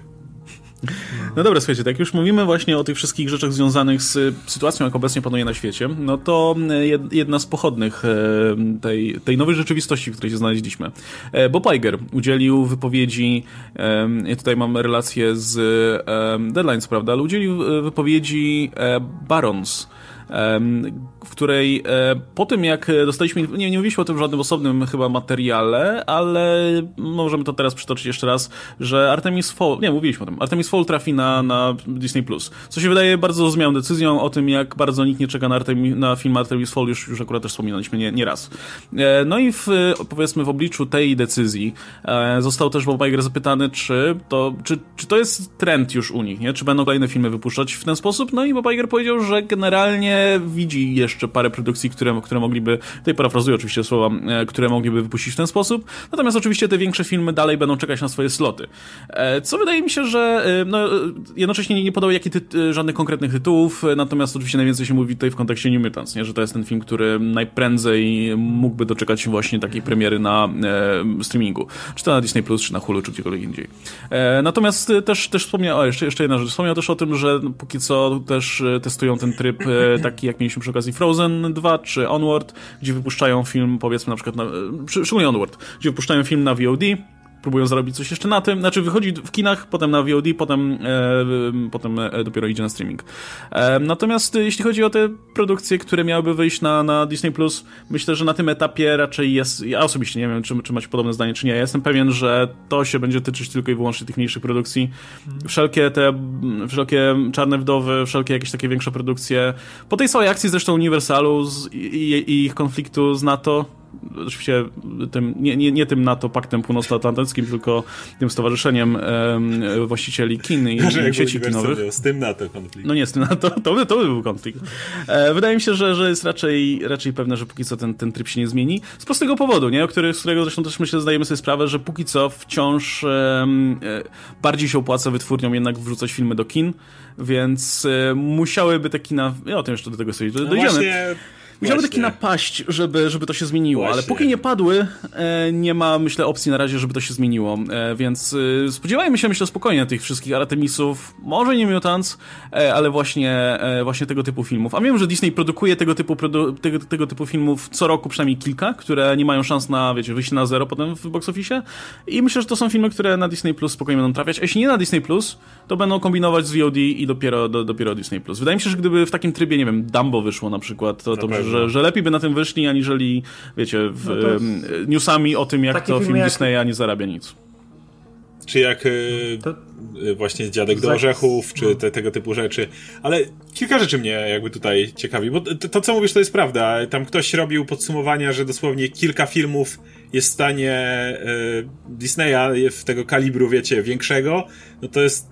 No dobra, słuchajcie, tak już mówimy właśnie o tych wszystkich rzeczach związanych z sytuacją, jak obecnie panuje na świecie, no to jedna z pochodnych tej, tej nowej rzeczywistości, w której się znaleźliśmy. Bob Iger udzielił wypowiedzi, ja tutaj mam relację z Deadlines, prawda, ale udzielił wypowiedzi Barons, w której po tym jak dostaliśmy, nie, nie mówiliśmy o tym w żadnym osobnym chyba materiale, ale możemy to teraz przytoczyć jeszcze raz, że Artemis Fowl, nie, mówiliśmy o tym, Artemis Fowl trafi na, na Disney plus, co się wydaje bardzo zrozumiałą decyzją o tym, jak bardzo nikt nie czeka na, Artemis, na film Artemis Fowl, już, już akurat też wspominaliśmy nie, nie raz. No i w, powiedzmy w obliczu tej decyzji został też Bob Iger zapytany, czy to, czy, czy to jest trend już u nich, nie? Czy będą kolejne filmy wypuszczać w ten sposób? No i Bob Iger powiedział, że generalnie widzi jeszcze parę produkcji, które, które mogliby, tutaj parafrazuję oczywiście słowa, które mogliby wypuścić w ten sposób, natomiast oczywiście te większe filmy dalej będą czekać na swoje sloty. Co wydaje mi się, że no, jednocześnie nie podał jakich ty, żadnych konkretnych tytułów, natomiast oczywiście najwięcej się mówi tutaj w kontekście New Mutants, nie? Że to jest ten film, który najprędzej mógłby doczekać się właśnie takiej premiery na e, streamingu. Czy to na Disney plus, czy na Hulu, czy gdziekolwiek indziej. E, natomiast też, też wspomniał, o jeszcze, jeszcze jedna rzecz, wspomniał też o tym, że póki co też testują ten tryb e, taki jak mieliśmy przy okazji Frozen dwa czy Onward, gdzie wypuszczają film, powiedzmy na przykład, na, szczególnie Onward, gdzie wypuszczają film na V O D, próbują zarobić coś jeszcze na tym, znaczy wychodzi w kinach, potem na V O D, potem, e, potem e, dopiero idzie na streaming. E, natomiast e, jeśli chodzi o te produkcje, które miałyby wyjść na, na Disney plus, myślę, że na tym etapie raczej jest, ja osobiście nie wiem, czy, czy macie podobne zdanie, czy nie, ja jestem pewien, że to się będzie tyczyć tylko i wyłącznie tych mniejszych produkcji. Wszelkie te, wszelkie Czarne Wdowy, wszelkie jakieś takie większe produkcje, po tej całej akcji zresztą Universalu z, i, i ich konfliktu z NATO, oczywiście tym, nie, nie, nie tym NATO, Paktem Północnoatlantyckim, tylko tym stowarzyszeniem e, właścicieli kin i, i sieci kinowych. Z tym NATO konflikt. No nie, z tym NATO, to by, to by był konflikt. E, wydaje mi się, że, że jest raczej, raczej pewne, że póki co ten, ten tryb się nie zmieni. Z prostego powodu, nie? O który, z którego zresztą też myślę, zdajemy sobie sprawę, że póki co wciąż e, e, bardziej się opłaca wytwórniom jednak wrzucać filmy do kin, więc e, musiałyby te kina, ja o tym jeszcze do tego sobie dojdziemy. No właśnie... Musiały takie napaść, żeby, żeby to się zmieniło, Właśnie. ale póki nie padły, e, nie ma, myślę, opcji na razie, żeby to się zmieniło, e, więc e, spodziewajmy się, myślę, spokojnie tych wszystkich Artemisów, może nie Mutants, e, ale właśnie, e, właśnie tego typu filmów. A wiem, że Disney produkuje tego typu, produ- tego, tego typu filmów co roku przynajmniej kilka, które nie mają szans na, wiecie, wyjść na zero potem w box office i myślę, że to są filmy, które na Disney Plus spokojnie będą trafiać, a jeśli nie na Disney Plus, to będą kombinować z V O D i dopiero, do, dopiero Disney Plus. Wydaje mi się, że gdyby w takim trybie, nie wiem, Dumbo wyszło na przykład, to, to że, że lepiej by na tym wyszli, aniżeli, wiecie, w, no jest... newsami o tym, jak to film jak... Disneya nie zarabia nic. Czy jak to... właśnie Dziadek do Orzechów, czy te, tego typu rzeczy. Ale kilka rzeczy mnie jakby tutaj ciekawi, bo to, to co mówisz, to jest prawda. Tam ktoś robił podsumowania, że dosłownie kilka filmów jest w stanie y, Disneya w tego kalibru, wiecie, większego. No to jest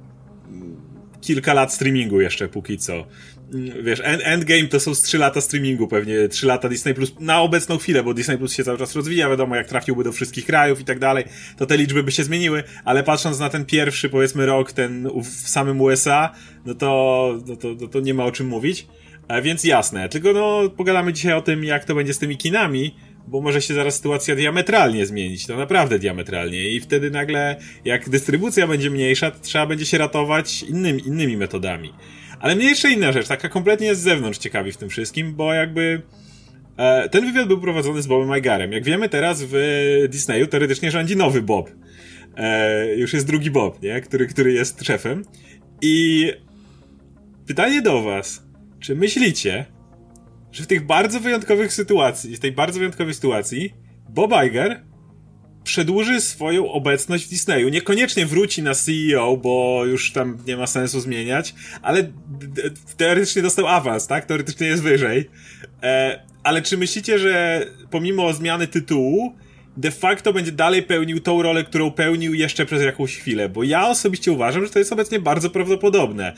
kilka lat streamingu jeszcze póki co. Wiesz, Endgame to są z trzy lata streamingu pewnie, trzy lata Disney Plus na obecną chwilę, bo Disney Plus się cały czas rozwija, wiadomo, jak trafiłby do wszystkich krajów i tak dalej, to te liczby by się zmieniły, ale patrząc na ten pierwszy, powiedzmy, rok, ten w samym U S A, no to, no to, no to nie ma o czym mówić, a więc jasne, tylko no, pogadamy dzisiaj o tym, jak to będzie z tymi kinami, bo może się zaraz sytuacja diametralnie zmienić, to naprawdę diametralnie i wtedy nagle, jak dystrybucja będzie mniejsza, to trzeba będzie się ratować innymi, innymi metodami. Ale mnie jeszcze inna rzecz, taka kompletnie z zewnątrz ciekawi w tym wszystkim, bo jakby e, ten wywiad był prowadzony z Bobem Igerem. Jak wiemy, teraz w Disneyu teoretycznie rządzi nowy Bob. E, już jest drugi Bob, nie? Który, który jest szefem. I pytanie do was, czy myślicie, że w tych bardzo wyjątkowych sytuacji, w tej bardzo wyjątkowej sytuacji Bob Iger przedłuży swoją obecność w Disneyu. Niekoniecznie wróci na C E O, bo już tam nie ma sensu zmieniać, ale d- d- teoretycznie dostał awans, tak? Teoretycznie jest wyżej. E, ale czy myślicie, że pomimo zmiany tytułu, de facto będzie dalej pełnił tą rolę, którą pełnił jeszcze przez jakąś chwilę? Bo ja osobiście uważam, że to jest obecnie bardzo prawdopodobne.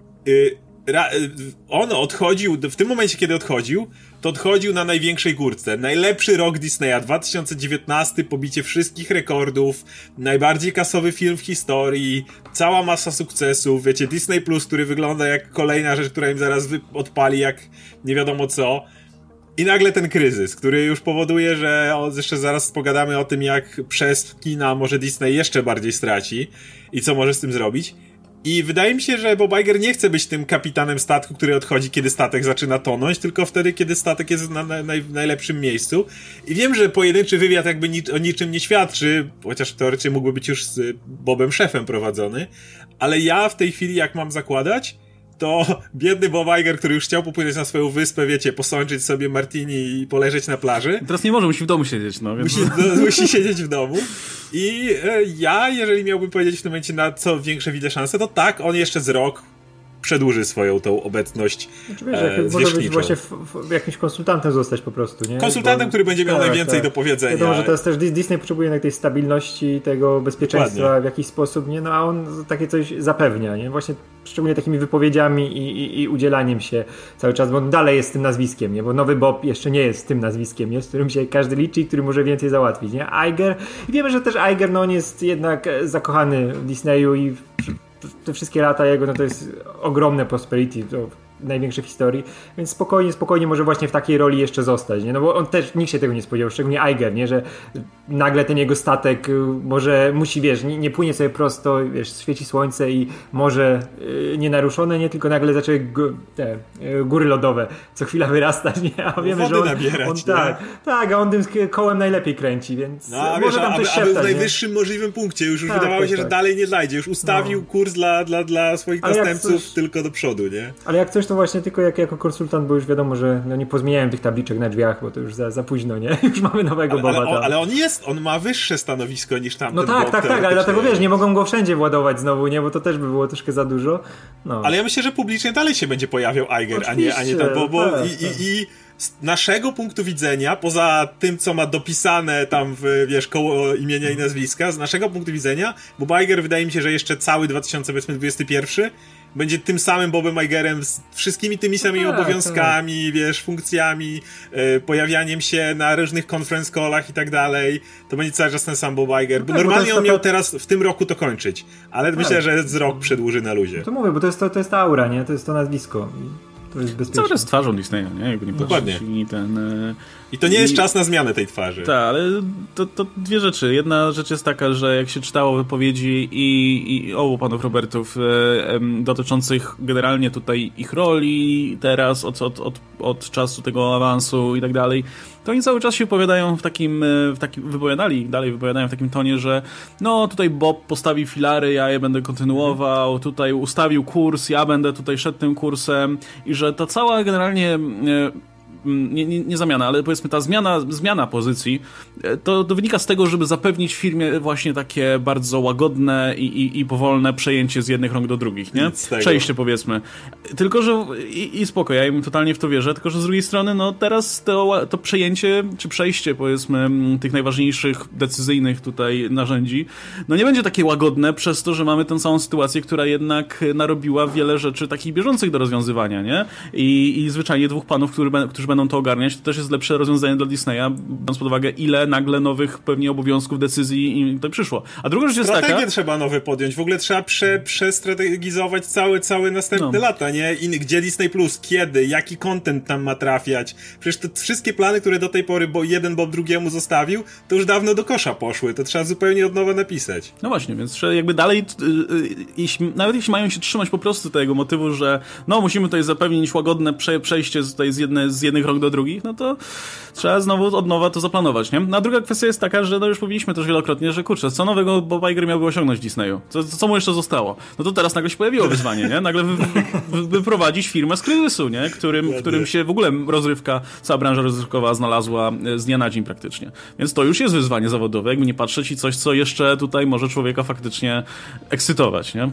Y- Ra- on odchodził, w tym momencie, kiedy odchodził, to odchodził na największej górce. Najlepszy rok Disneya, dwa tysiące dziewiętnasty, pobicie wszystkich rekordów, najbardziej kasowy film w historii, cała masa sukcesów, wiecie, Disney Plus, który wygląda jak kolejna rzecz, która im zaraz wy- odpali jak nie wiadomo co. I nagle ten kryzys, który już powoduje, że o, jeszcze zaraz pogadamy o tym, jak przez kina może Disney jeszcze bardziej straci i co może z tym zrobić. I wydaje mi się, że Bob Iger nie chce być tym kapitanem statku, który odchodzi, kiedy statek zaczyna tonąć, tylko wtedy, kiedy statek jest na, na, na najlepszym miejscu. I wiem, że pojedynczy wywiad jakby ni- o niczym nie świadczy, chociaż teoretycznie mógłby być już z Bobem szefem prowadzony, ale ja w tej chwili, jak mam zakładać, to biedny Bob Iger, który już chciał popłynąć na swoją wyspę, wiecie, posączyć sobie martini i poleżeć na plaży. Teraz nie może, musi w domu siedzieć, no. Więc... Musi, do, musi siedzieć w domu. I e, ja, jeżeli miałbym powiedzieć w tym momencie, na co większe widzę szanse, to tak, on jeszcze z rok przedłuży swoją tą obecność znaczy, wiesz, e, może być właśnie w, w, jakimś konsultantem zostać po prostu, nie? Konsultantem, Bo, który będzie miał tak, najwięcej tak. do powiedzenia. Wiadomo, że teraz też Disney potrzebuje jednak tej stabilności, tego bezpieczeństwa Dokładnie. w jakiś sposób, nie? No a on takie coś zapewnia, nie? Właśnie szczególnie takimi wypowiedziami i, i, i udzielaniem się cały czas, bo dalej jest tym nazwiskiem, nie? Bo nowy Bob jeszcze nie jest tym nazwiskiem, nie? Z którym się każdy liczy i który może więcej załatwić, nie? Iger, i wiemy, że też Iger, no on jest jednak zakochany w Disneyu i te wszystkie lata jego, no to jest ogromne prosperity, to największe w historii, więc spokojnie, spokojnie może właśnie w takiej roli jeszcze zostać, nie? No bo on też, nikt się tego nie spodziewał, szczególnie Iger, nie? Że nagle ten jego statek może, musi, wiesz, nie, nie płynie sobie prosto, wiesz, świeci słońce i morze yy, nienaruszone, nie? Tylko nagle zaczęły g- te yy, góry lodowe co chwila wyrastać, nie? A wiemy, wody że on, nabierać, on tak, tak, a on tym kołem najlepiej kręci, więc no, a może wiesz, tam aby, coś aby szeptać, w najwyższym nie? możliwym punkcie, już, już tak, wydawało tak, się, tak. że dalej nie znajdzie, już ustawił no. kurs dla, dla, dla swoich Ale następców coś... tylko do przodu, nie? Ale jak coś, to właśnie tylko jak, jako konsultant, bo już wiadomo, że no nie pozmieniałem tych tabliczek na drzwiach, bo to już za, za późno, nie? Już mamy nowego ale, Boba ale, tam. on, ale on jest, on ma wyższe stanowisko niż tamten No tak, Bob, tak, tak, ale dlatego wiesz, nie mogą go wszędzie władować znowu, nie? Bo to też by było troszkę za dużo. No. Ale ja myślę, że publicznie dalej się będzie pojawiał Iger, a nie, a nie tam, bo, bo tak, i, tak. i, i z naszego punktu widzenia, poza tym, co ma dopisane tam w, wiesz, koło imienia i nazwiska, z naszego punktu widzenia, Bob Iger wydaje mi się, że jeszcze cały dwa tysiące dwudziesty pierwszy będzie tym samym Bobem Igerem z wszystkimi tymi samymi tak, obowiązkami, tak. wiesz, funkcjami, e, pojawianiem się na różnych conference callach i tak dalej. To będzie cały czas ten sam Bob Iger, bo tak, normalnie bo on miał to... teraz w tym roku to kończyć, ale tak. myślę, że z rok przedłuży na luzie. To mówię, bo to jest, to, to jest ta aura, nie? To jest to nazwisko. To jest bezpieczne. Cały czas twarzą Disneya, nie? Jakby nie Dokładnie. I, ten, I to nie jest i... czas na zmianę tej twarzy. Tak, ale to, to dwie rzeczy. Jedna rzecz jest taka, że jak się czytało wypowiedzi i, i obu panów Robertów e, e, dotyczących generalnie tutaj ich roli teraz, od, od, od, od czasu tego awansu i tak dalej, to oni cały czas się wypowiadają w takim, w takim wypowiadali, dalej wypowiadają w takim tonie, że no tutaj Bob postawi filary, ja je będę kontynuował, tutaj ustawił kurs, ja będę tutaj szedł tym kursem i że ta cała generalnie nie, nie, nie zamiana, ale powiedzmy ta zmiana, zmiana pozycji to, to wynika z tego, żeby zapewnić firmie właśnie takie bardzo łagodne i, i, i powolne przejęcie z jednych rąk do drugich, nie? Przejście powiedzmy. Tylko, że i, i spoko, ja im totalnie w to wierzę, tylko, że z drugiej strony no teraz to, to przejęcie, czy przejście powiedzmy tych najważniejszych decyzyjnych tutaj narzędzi, no nie będzie takie łagodne przez to, że mamy tę samą sytuację, która jednak narobiła wiele rzeczy takich bieżących do rozwiązywania, nie? I, i zwyczajnie dwóch panów, którzy, którzy będą to ogarniać, to też jest lepsze rozwiązanie dla Disneya, biorąc pod uwagę, ile nagle nowych pewnie obowiązków, decyzji im tutaj przyszło. A druga rzecz jest taka... Strategię trzeba nowy podjąć, w ogóle trzeba prze, przestrategizować całe, całe następne no. lata, nie? I gdzie Disney Plus, kiedy, jaki content tam ma trafiać. Przecież te wszystkie plany, które do tej pory bo jeden Bob drugiemu zostawił, to już dawno do kosza poszły, to trzeba zupełnie od nowa napisać. No właśnie, więc jakby dalej, jeśli, nawet jeśli mają się trzymać po prostu tego motywu, że no musimy tutaj zapewnić łagodne prze, przejście tutaj z, jedne, z jednych rąk do drugich, no to trzeba znowu od nowa to zaplanować, nie? No a druga kwestia jest taka, że no już powiedzieliśmy też wielokrotnie, że kurczę, co nowego Bob Iger miałby osiągnąć Disneyu? Co, co mu jeszcze zostało? No to teraz nagle się pojawiło wyzwanie, nie? Nagle wy, wy, wyprowadzić firmę z kryzysu, nie? Którym, w którym się w ogóle rozrywka, cała branża rozrywkowa znalazła z dnia na dzień praktycznie. Więc to już jest wyzwanie zawodowe, jakby nie patrzeć i coś, co jeszcze tutaj może człowieka faktycznie ekscytować, nie?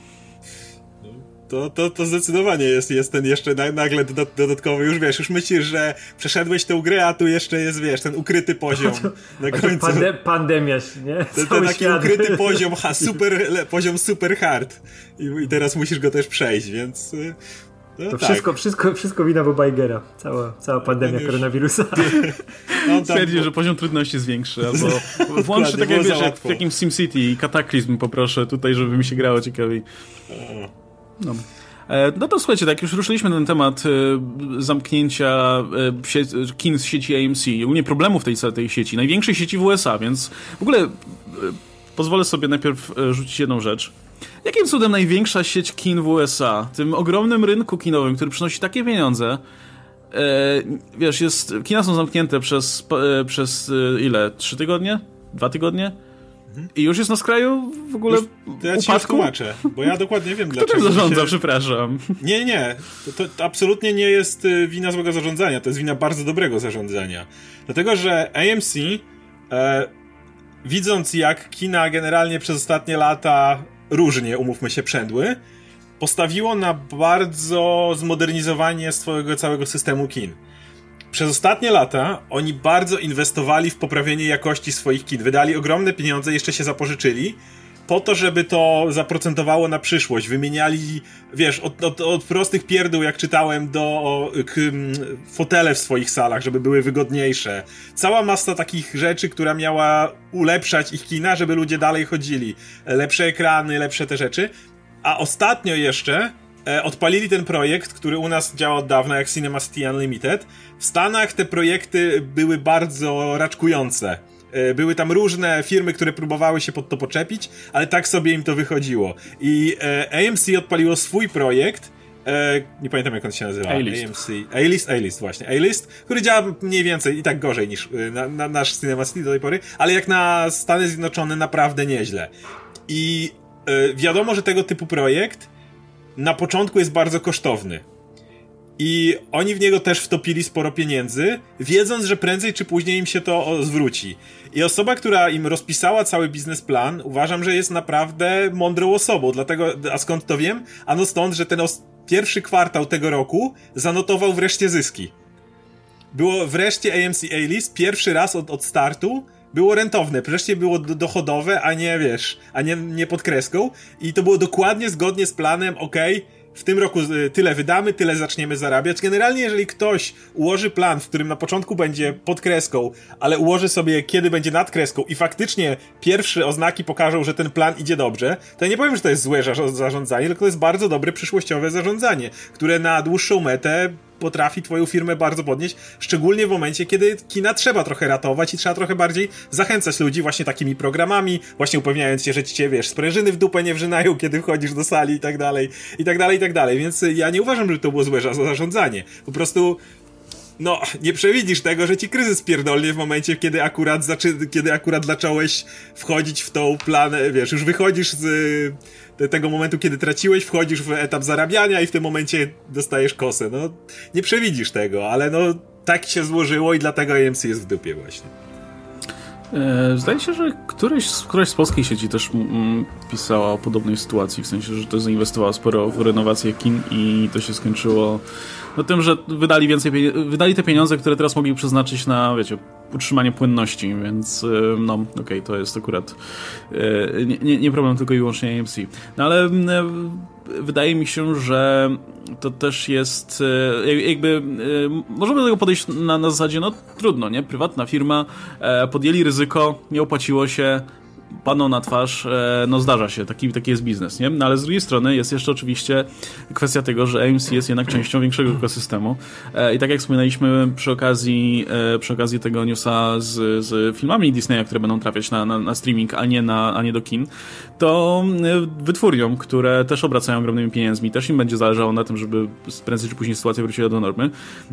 To, to, to zdecydowanie jest, jest ten jeszcze nagle dodatkowy, już wiesz, już myślisz, że przeszedłeś tę grę, a tu jeszcze jest, wiesz, ten ukryty poziom to, na końcu. Pande pandemia, nie? Ten, ten taki świat. ukryty poziom, ha, super, le, poziom super hard. I, I teraz musisz go też przejść, więc... No to tak. wszystko, wszystko, wszystko wina Boba Igera. Cała, cała pandemia koronawirusa. On stwierdzi, że poziom trudności zwiększy, albo włączy tak jak wiesz, jak w jakimś SimCity i Kataklizm poproszę tutaj, żeby mi się grało ciekawiej. No. No to słuchajcie, tak już ruszyliśmy na ten temat y, zamknięcia y, kin z sieci A M C i ogólnie problemów tej tej sieci, największej sieci w U S A, więc w ogóle y, pozwolę sobie najpierw y, rzucić jedną rzecz. Jakim cudem największa sieć kin w U S A, tym ogromnym rynku kinowym, który przynosi takie pieniądze, y, wiesz, jest, kina są zamknięte przez, y, przez y, ile? Trzy tygodnie? Dwa tygodnie? I już jest na skraju w ogóle już, to ja ci już tłumaczę, bo ja dokładnie wiem, Kto dlaczego. Kto tym zarządza, się... przepraszam? Nie, nie. To, to absolutnie nie jest wina złego zarządzania, to jest wina bardzo dobrego zarządzania. Dlatego, że A M C e, widząc jak kina generalnie przez ostatnie lata różnie, umówmy się, przędły, postawiło na bardzo zmodernizowanie swojego całego systemu kin. Przez ostatnie lata oni bardzo inwestowali w poprawienie jakości swoich kin. Wydali ogromne pieniądze, jeszcze się zapożyczyli, po to, żeby to zaprocentowało na przyszłość. Wymieniali, wiesz, od, od, od prostych pierdół, jak czytałem, do k, fotele w swoich salach, żeby były wygodniejsze. Cała masa takich rzeczy, która miała ulepszać ich kina, żeby ludzie dalej chodzili. Lepsze ekrany, lepsze te rzeczy. A ostatnio jeszcze odpalili ten projekt, który u nas działa od dawna, jak Cinema City Unlimited. W Stanach te projekty były bardzo raczkujące. Były tam różne firmy, które próbowały się pod to poczepić, ale tak sobie im to wychodziło. I A M C odpaliło swój projekt, nie pamiętam jak on się nazywa. A-list. A M C. A-list, A-list właśnie. A-list, który działa mniej więcej i tak gorzej niż na, na nasz Cinema City do tej pory, ale jak na Stany Zjednoczone naprawdę nieźle. I wiadomo, że tego typu projekt na początku jest bardzo kosztowny. I oni w niego też wtopili sporo pieniędzy, wiedząc, że prędzej czy później im się to zwróci. I osoba, która im rozpisała cały biznesplan, uważam, że jest naprawdę mądrą osobą. Dlatego, a skąd to wiem? Ano stąd, że ten os- pierwszy kwartał tego roku zanotował wreszcie zyski. Było wreszcie A M C A-list pierwszy raz od, od startu było rentowne, wreszcie było dochodowe, a nie, wiesz, a nie, nie pod kreską. I to było dokładnie zgodnie z planem, okej, okay, w tym roku tyle wydamy, tyle zaczniemy zarabiać. Generalnie jeżeli ktoś ułoży plan, w którym na początku będzie pod kreską, ale ułoży sobie kiedy będzie nad kreską i faktycznie pierwsze oznaki pokażą, że ten plan idzie dobrze, to ja nie powiem, że to jest złe zarządzanie, tylko to jest bardzo dobre przyszłościowe zarządzanie, które na dłuższą metę potrafi twoją firmę bardzo podnieść, szczególnie w momencie, kiedy kina trzeba trochę ratować i trzeba trochę bardziej zachęcać ludzi właśnie takimi programami, właśnie upewniając się, że ci cię, wiesz, sprężyny w dupę nie wrzynają, kiedy wchodzisz do sali i tak dalej, i tak dalej, i tak dalej, więc ja nie uważam, że to było złe zarządzanie. Po prostu no, nie przewidzisz tego, że ci kryzys pierdolnie w momencie, kiedy akurat zaczy... kiedy akurat zacząłeś wchodzić w tą planę, wiesz, już wychodzisz z y, tego momentu, kiedy traciłeś, wchodzisz w etap zarabiania i w tym momencie dostajesz kosę. No, nie przewidzisz tego, ale no, tak się złożyło i dlatego A M C jest w dupie właśnie. Zdaje się, że któryś, któraś z polskiej sieci też mm, pisała o podobnej sytuacji, w sensie, że to zainwestowała sporo w renowację kin i to się skończyło no tym, że wydali więcej pieniędzy, wydali te pieniądze, które teraz mogli przeznaczyć na, wiecie, utrzymanie płynności, więc no okej, okay, to jest akurat nie, nie, nie problem tylko i wyłącznie A M C. No ale wydaje mi się, że to też jest jakby możemy do tego podejść na, na zasadzie, no trudno, nie? Prywatna firma, podjęli ryzyko, nie opłaciło się, padną na twarz, no zdarza się, taki, taki jest biznes, nie? No ale z drugiej strony jest jeszcze oczywiście kwestia tego, że A M C jest jednak częścią większego ekosystemu i tak jak wspominaliśmy przy okazji, przy okazji tego newsa z, z filmami Disneya, które będą trafiać na, na, na streaming, a nie, na, a nie do kin, to wytwórniom, które też obracają ogromnymi pieniędzmi, też im będzie zależało na tym, żeby prędzej czy później sytuacja wróciła do normy.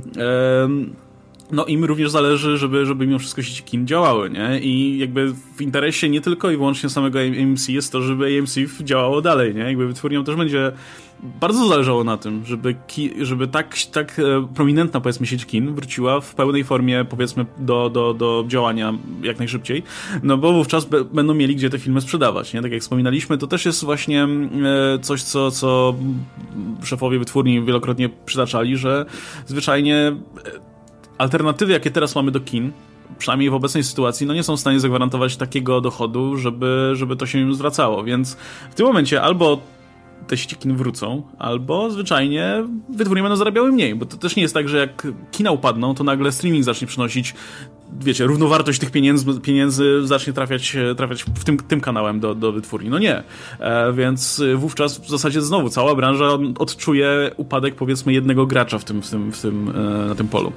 No im również zależy, żeby, żeby mimo wszystko sieci kin działały, nie? I jakby w interesie nie tylko i wyłącznie samego A M C jest to, żeby A M C działało dalej, nie? Jakby wytwórniom też będzie bardzo zależało na tym, żeby, ki, żeby tak, tak prominentna, powiedzmy, sieć kin wróciła w pełnej formie, powiedzmy, do, do, do działania jak najszybciej, no bo wówczas b- będą mieli gdzie te filmy sprzedawać, nie? Tak jak wspominaliśmy, to też jest właśnie e, coś, co, co szefowie wytwórni wielokrotnie przytaczali, że zwyczajnie e, alternatywy, jakie teraz mamy do kin, przynajmniej w obecnej sytuacji, no nie są w stanie zagwarantować takiego dochodu, żeby, żeby to się im zwracało, więc w tym momencie albo te sieci kin wrócą, albo zwyczajnie wytwórnie będą zarabiały mniej, bo to też nie jest tak, że jak kina upadną, to nagle streaming zacznie przynosić, wiecie, równowartość tych pieniędzy, pieniędzy zacznie trafiać, trafiać w tym, tym kanałem do, do wytwórni. No nie. E, więc wówczas w zasadzie znowu cała branża odczuje upadek, powiedzmy, jednego gracza w tym, w tym, w tym, e, na tym polu.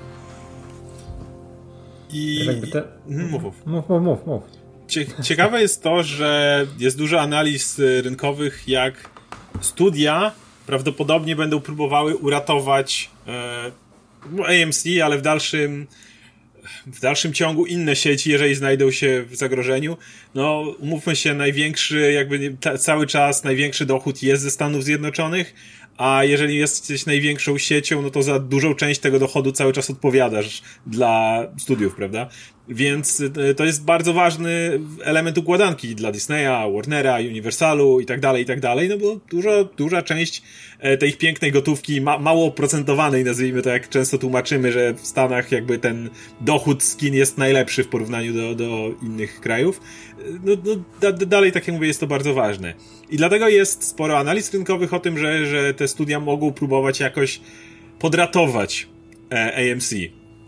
I... Te... Mów, mów. Mów, mów, mów, mów. Ciekawe jest to, że jest dużo analiz rynkowych, jak studia prawdopodobnie będą próbowały uratować e, A M C, ale w dalszym w dalszym ciągu inne sieci, jeżeli znajdą się w zagrożeniu. No, umówmy się, największy, jakby ta, cały czas największy dochód jest ze Stanów Zjednoczonych, a jeżeli jesteś największą siecią, no to za dużą część tego dochodu cały czas odpowiadasz dla studiów, prawda? Więc to jest bardzo ważny element układanki dla Disneya, Warnera, Universalu i tak dalej, i tak dalej, no bo dużo, duża część tej pięknej gotówki, ma, mało oprocentowanej, nazwijmy to, jak często tłumaczymy, że w Stanach jakby ten dochód z kin jest najlepszy w porównaniu do, do innych krajów, no, no da, dalej, tak jak mówię, jest to bardzo ważne. I dlatego jest sporo analiz rynkowych o tym, że, że te studia mogą próbować jakoś podratować A M C.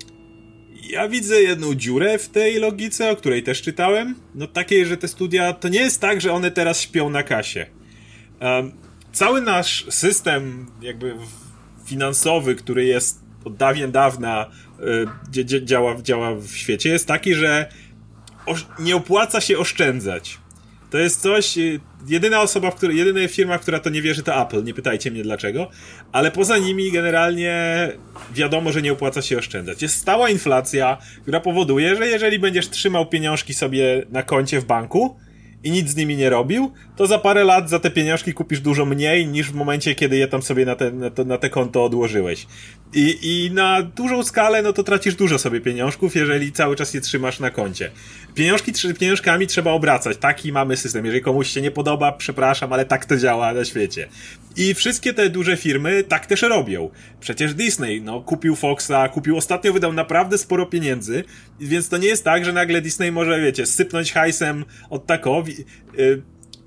Ja widzę jedną dziurę w tej logice, o której też czytałem. No takiej, że te studia, to nie jest tak, że one teraz śpią na kasie. Um, cały nasz system jakby finansowy, który jest od dawien dawna y, dzia, działa, działa w świecie, jest taki, że osz- nie opłaca się oszczędzać. To jest coś, jedyna osoba, w której, jedyna firma, która to nie wierzy, to Apple, nie pytajcie mnie dlaczego, ale poza nimi generalnie wiadomo, że nie opłaca się oszczędzać. Jest stała inflacja, która powoduje, że jeżeli będziesz trzymał pieniążki sobie na koncie w banku i nic z nimi nie robił, to za parę lat za te pieniążki kupisz dużo mniej niż w momencie, kiedy je tam sobie na te, na to, na te konto odłożyłeś. I, I na dużą skalę, no to tracisz dużo sobie pieniążków, jeżeli cały czas je trzymasz na koncie. Pieniążki, pieniążkami trzeba obracać. Taki mamy system. Jeżeli komuś się nie podoba, przepraszam, ale tak to działa na świecie. I wszystkie te duże firmy tak też robią. Przecież Disney, no, kupił Foxa, kupił, ostatnio wydał naprawdę sporo pieniędzy, więc to nie jest tak, że nagle Disney może, wiecie, sypnąć hajsem od takowi. Yy,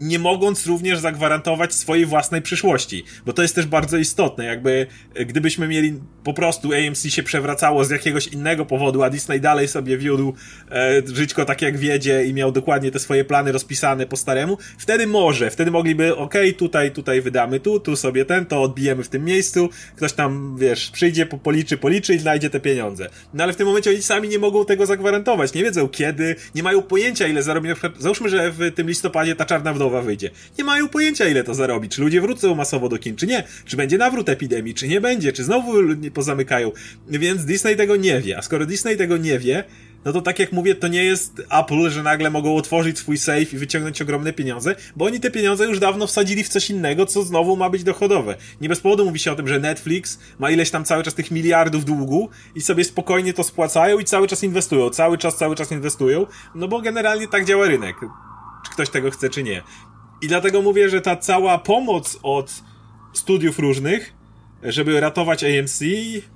nie mogąc również zagwarantować swojej własnej przyszłości, bo to jest też bardzo istotne, jakby gdybyśmy mieli po prostu A M C się przewracało z jakiegoś innego powodu, a Disney dalej sobie wiódł e, żyćko tak jak wiedzie i miał dokładnie te swoje plany rozpisane po staremu, wtedy może, wtedy mogliby, okej, okay, tutaj, tutaj wydamy tu, tu sobie ten, to odbijemy w tym miejscu, ktoś tam, wiesz, przyjdzie, policzy, policzy i znajdzie te pieniądze. No ale w tym momencie oni sami nie mogą tego zagwarantować, nie wiedzą kiedy, nie mają pojęcia ile zarobi, na przykład, załóżmy, że w tym listopadzie ta Czarna Wdowa wyjdzie. Nie mają pojęcia ile to zarobi, czy ludzie wrócą masowo do kin, czy nie, czy będzie nawrót epidemii, czy nie będzie, czy znowu pozamykają, więc Disney tego nie wie, a skoro Disney tego nie wie, no to tak jak mówię, to nie jest Apple, że nagle mogą otworzyć swój safe i wyciągnąć ogromne pieniądze, bo oni te pieniądze już dawno wsadzili w coś innego, co znowu ma być dochodowe. Nie bez powodu mówi się o tym, że Netflix ma ileś tam cały czas tych miliardów długu i sobie spokojnie to spłacają i cały czas inwestują, cały czas, cały czas inwestują, no bo generalnie tak działa rynek. Czy ktoś tego chce, czy nie. I dlatego mówię, że ta cała pomoc od studiów różnych, żeby ratować A M C,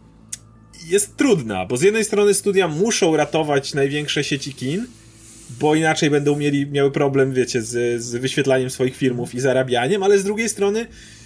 jest trudna, bo z jednej strony studia muszą ratować największe sieci kin, bo inaczej będą mieli, miały problem, wiecie, z, z wyświetlaniem swoich filmów i zarabianiem, ale z drugiej strony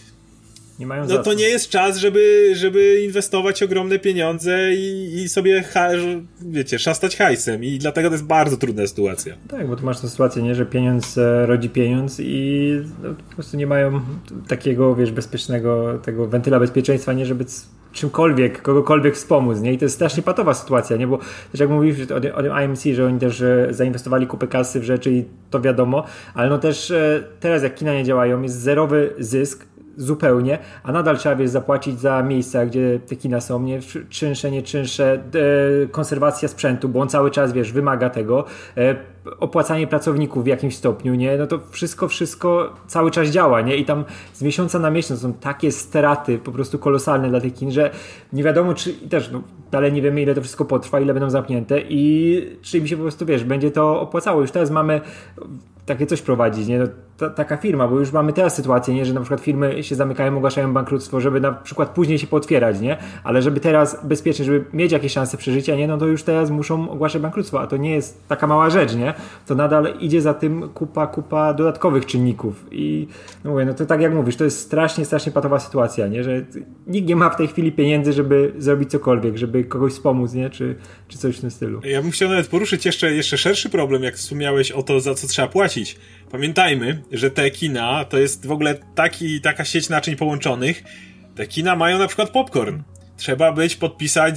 nie mają no to nie jest czas, żeby, żeby inwestować ogromne pieniądze i, i sobie, ha, wiecie, szastać hajsem i dlatego to jest bardzo trudna sytuacja. Tak, bo tu masz tę sytuację, nie, że pieniądz rodzi pieniądz i no, po prostu nie mają takiego, wiesz, bezpiecznego, tego wentyla bezpieczeństwa, nie, żeby czymkolwiek, kogokolwiek wspomóc, nie? I to jest strasznie patowa sytuacja, nie? Bo też jak mówisz o, o tym A M C, że oni też e, zainwestowali kupę kasy w rzeczy i to wiadomo, ale no też e, teraz jak kina nie działają, jest zerowy zysk zupełnie, a nadal trzeba, wiesz, zapłacić za miejsca, gdzie te kina są, nie? Czynsze, nie czynsze, e, konserwacja sprzętu, bo on cały czas, wiesz, wymaga tego, e, opłacanie pracowników w jakimś stopniu, nie? No to wszystko, wszystko cały czas działa, nie? I tam z miesiąca na miesiąc są takie straty po prostu kolosalne dla tych kin, że nie wiadomo, czy i też, no, dalej nie wiemy, ile to wszystko potrwa, ile będą zamknięte i czy im się po prostu, wiesz, będzie to opłacało. Już teraz mamy takie coś prowadzić, nie? No, ta, taka firma, bo już mamy teraz sytuację, nie? Że na przykład firmy się zamykają, ogłaszają bankructwo, żeby na przykład później się pootwierać, nie? Ale żeby teraz bezpiecznie, żeby mieć jakieś szanse przeżycia, nie? No to już teraz muszą ogłaszać bankructwo, a to nie jest taka mała rzecz, nie? To nadal idzie za tym kupa, kupa dodatkowych czynników i no mówię, no to tak jak mówisz, to jest strasznie, strasznie patowa sytuacja, nie? Że nikt nie ma w tej chwili pieniędzy, żeby zrobić cokolwiek, żeby kogoś wspomóc, nie? Czy, czy coś w tym stylu. Ja bym chciał nawet poruszyć jeszcze, jeszcze szerszy problem, jak wspomniałeś o to, za co trzeba płacić. Pamiętajmy, że te kina to jest w ogóle taki, taka sieć naczyń połączonych. Te kina mają na przykład popcorn. Trzeba być, podpisać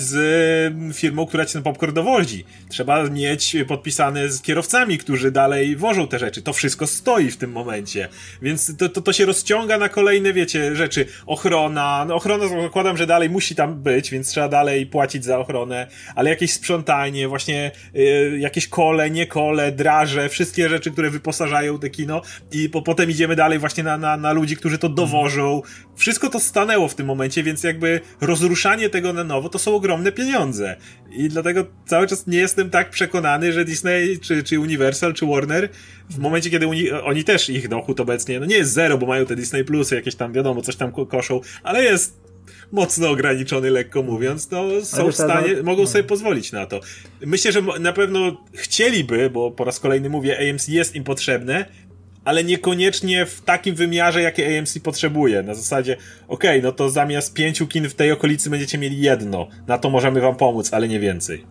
z firmą, która ci ten popcorn dowozi. Trzeba mieć podpisane z kierowcami, którzy dalej wożą te rzeczy. To wszystko stoi w tym momencie. Więc to, to, to się rozciąga na kolejne, wiecie, rzeczy. Ochrona. No ochrona zakładam, że dalej musi tam być, więc trzeba dalej płacić za ochronę. Ale jakieś sprzątanie, właśnie yy, jakieś kole, nie kole, draże, wszystkie rzeczy, które wyposażają te kino. I po, potem idziemy dalej właśnie na, na, na ludzi, którzy to dowożą. Wszystko to stanęło w tym momencie, więc jakby rozruszanie tego na nowo to są ogromne pieniądze i dlatego cały czas nie jestem tak przekonany, że Disney, czy, czy Universal, czy Warner w momencie, kiedy uni, oni też ich dochód obecnie, no nie jest zero, bo mają te Disney Plusy, jakieś tam, wiadomo, coś tam koszą, ale jest mocno ograniczony, lekko mówiąc, no są w stanie, mogą sobie pozwolić na to. Myślę, że na pewno chcieliby, bo po raz kolejny mówię, A M C jest im potrzebne, ale niekoniecznie w takim wymiarze, jakie A M C potrzebuje. Na zasadzie, okej, okay, no to zamiast pięciu kin w tej okolicy będziecie mieli jedno. Na to możemy wam pomóc, ale nie więcej.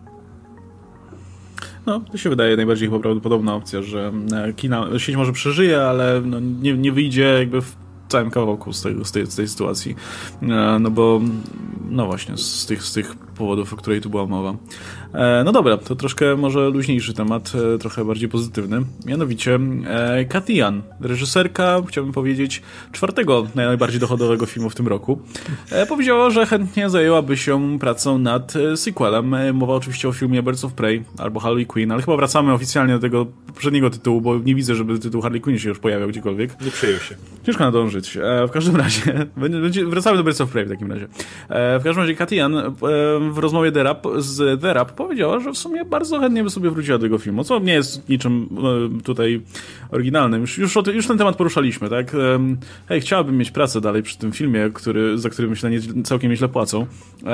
No, to się wydaje najbardziej chyba prawdopodobna opcja, że kina, sieć może przeżyje, ale no, nie, nie wyjdzie jakby w całym kawałku z tej, z tej, z tej sytuacji. No bo, no właśnie, z tych, z tych powodów, o której tu była mowa. No dobra, to troszkę może luźniejszy temat, trochę bardziej pozytywny. Mianowicie Cathy Yan, reżyserka, chciałbym powiedzieć, czwartego najbardziej dochodowego filmu w tym roku, powiedziała, że chętnie zajęłaby się pracą nad sequelem. Mowa oczywiście o filmie Birds of Prey albo Harley Quinn, ale chyba wracamy oficjalnie do tego poprzedniego tytułu, bo nie widzę, żeby tytuł Harley Quinn się już pojawiał gdziekolwiek. Nie przejął się. Ciężko nadążyć. W każdym razie, wracamy do Birds of Prey w takim razie. W każdym razie Cathy Yan w rozmowie The Rap, z The Rap powiedziała, że w sumie bardzo chętnie by sobie wróciła do tego filmu, co nie jest niczym tutaj oryginalnym. Już, już, o, już ten temat poruszaliśmy, tak? Hej, chciałabym mieć pracę dalej przy tym filmie, który, za który myślę nie, całkiem nieźle płacą.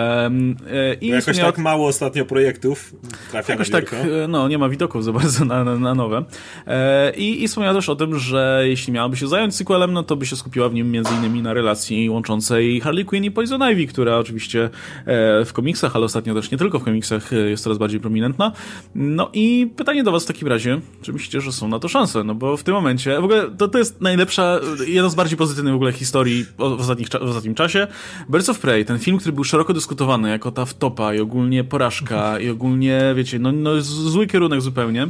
I jakoś wspomniała... tak mało ostatnio projektów trafia jakoś na tak, no nie ma widoków za bardzo na, na, na nowe. I, I wspomniała też o tym, że jeśli miałaby się zająć sequelem, no to by się skupiła w nim między innymi na relacji łączącej Harley Quinn i Poison Ivy, która oczywiście w komiksach, ale ostatnio też nie tylko w komiksach jest coraz bardziej prominentna. No i pytanie do was w takim razie, czy myślicie, że są na to szanse? No bo w tym momencie, w ogóle to, to jest najlepsza, jedna z bardziej pozytywnych w ogóle historii w, ostatnich, w ostatnim czasie. Birds of Prey, ten film, który był szeroko dyskutowany jako ta wtopa i ogólnie porażka i ogólnie, wiecie, no, no zły kierunek zupełnie.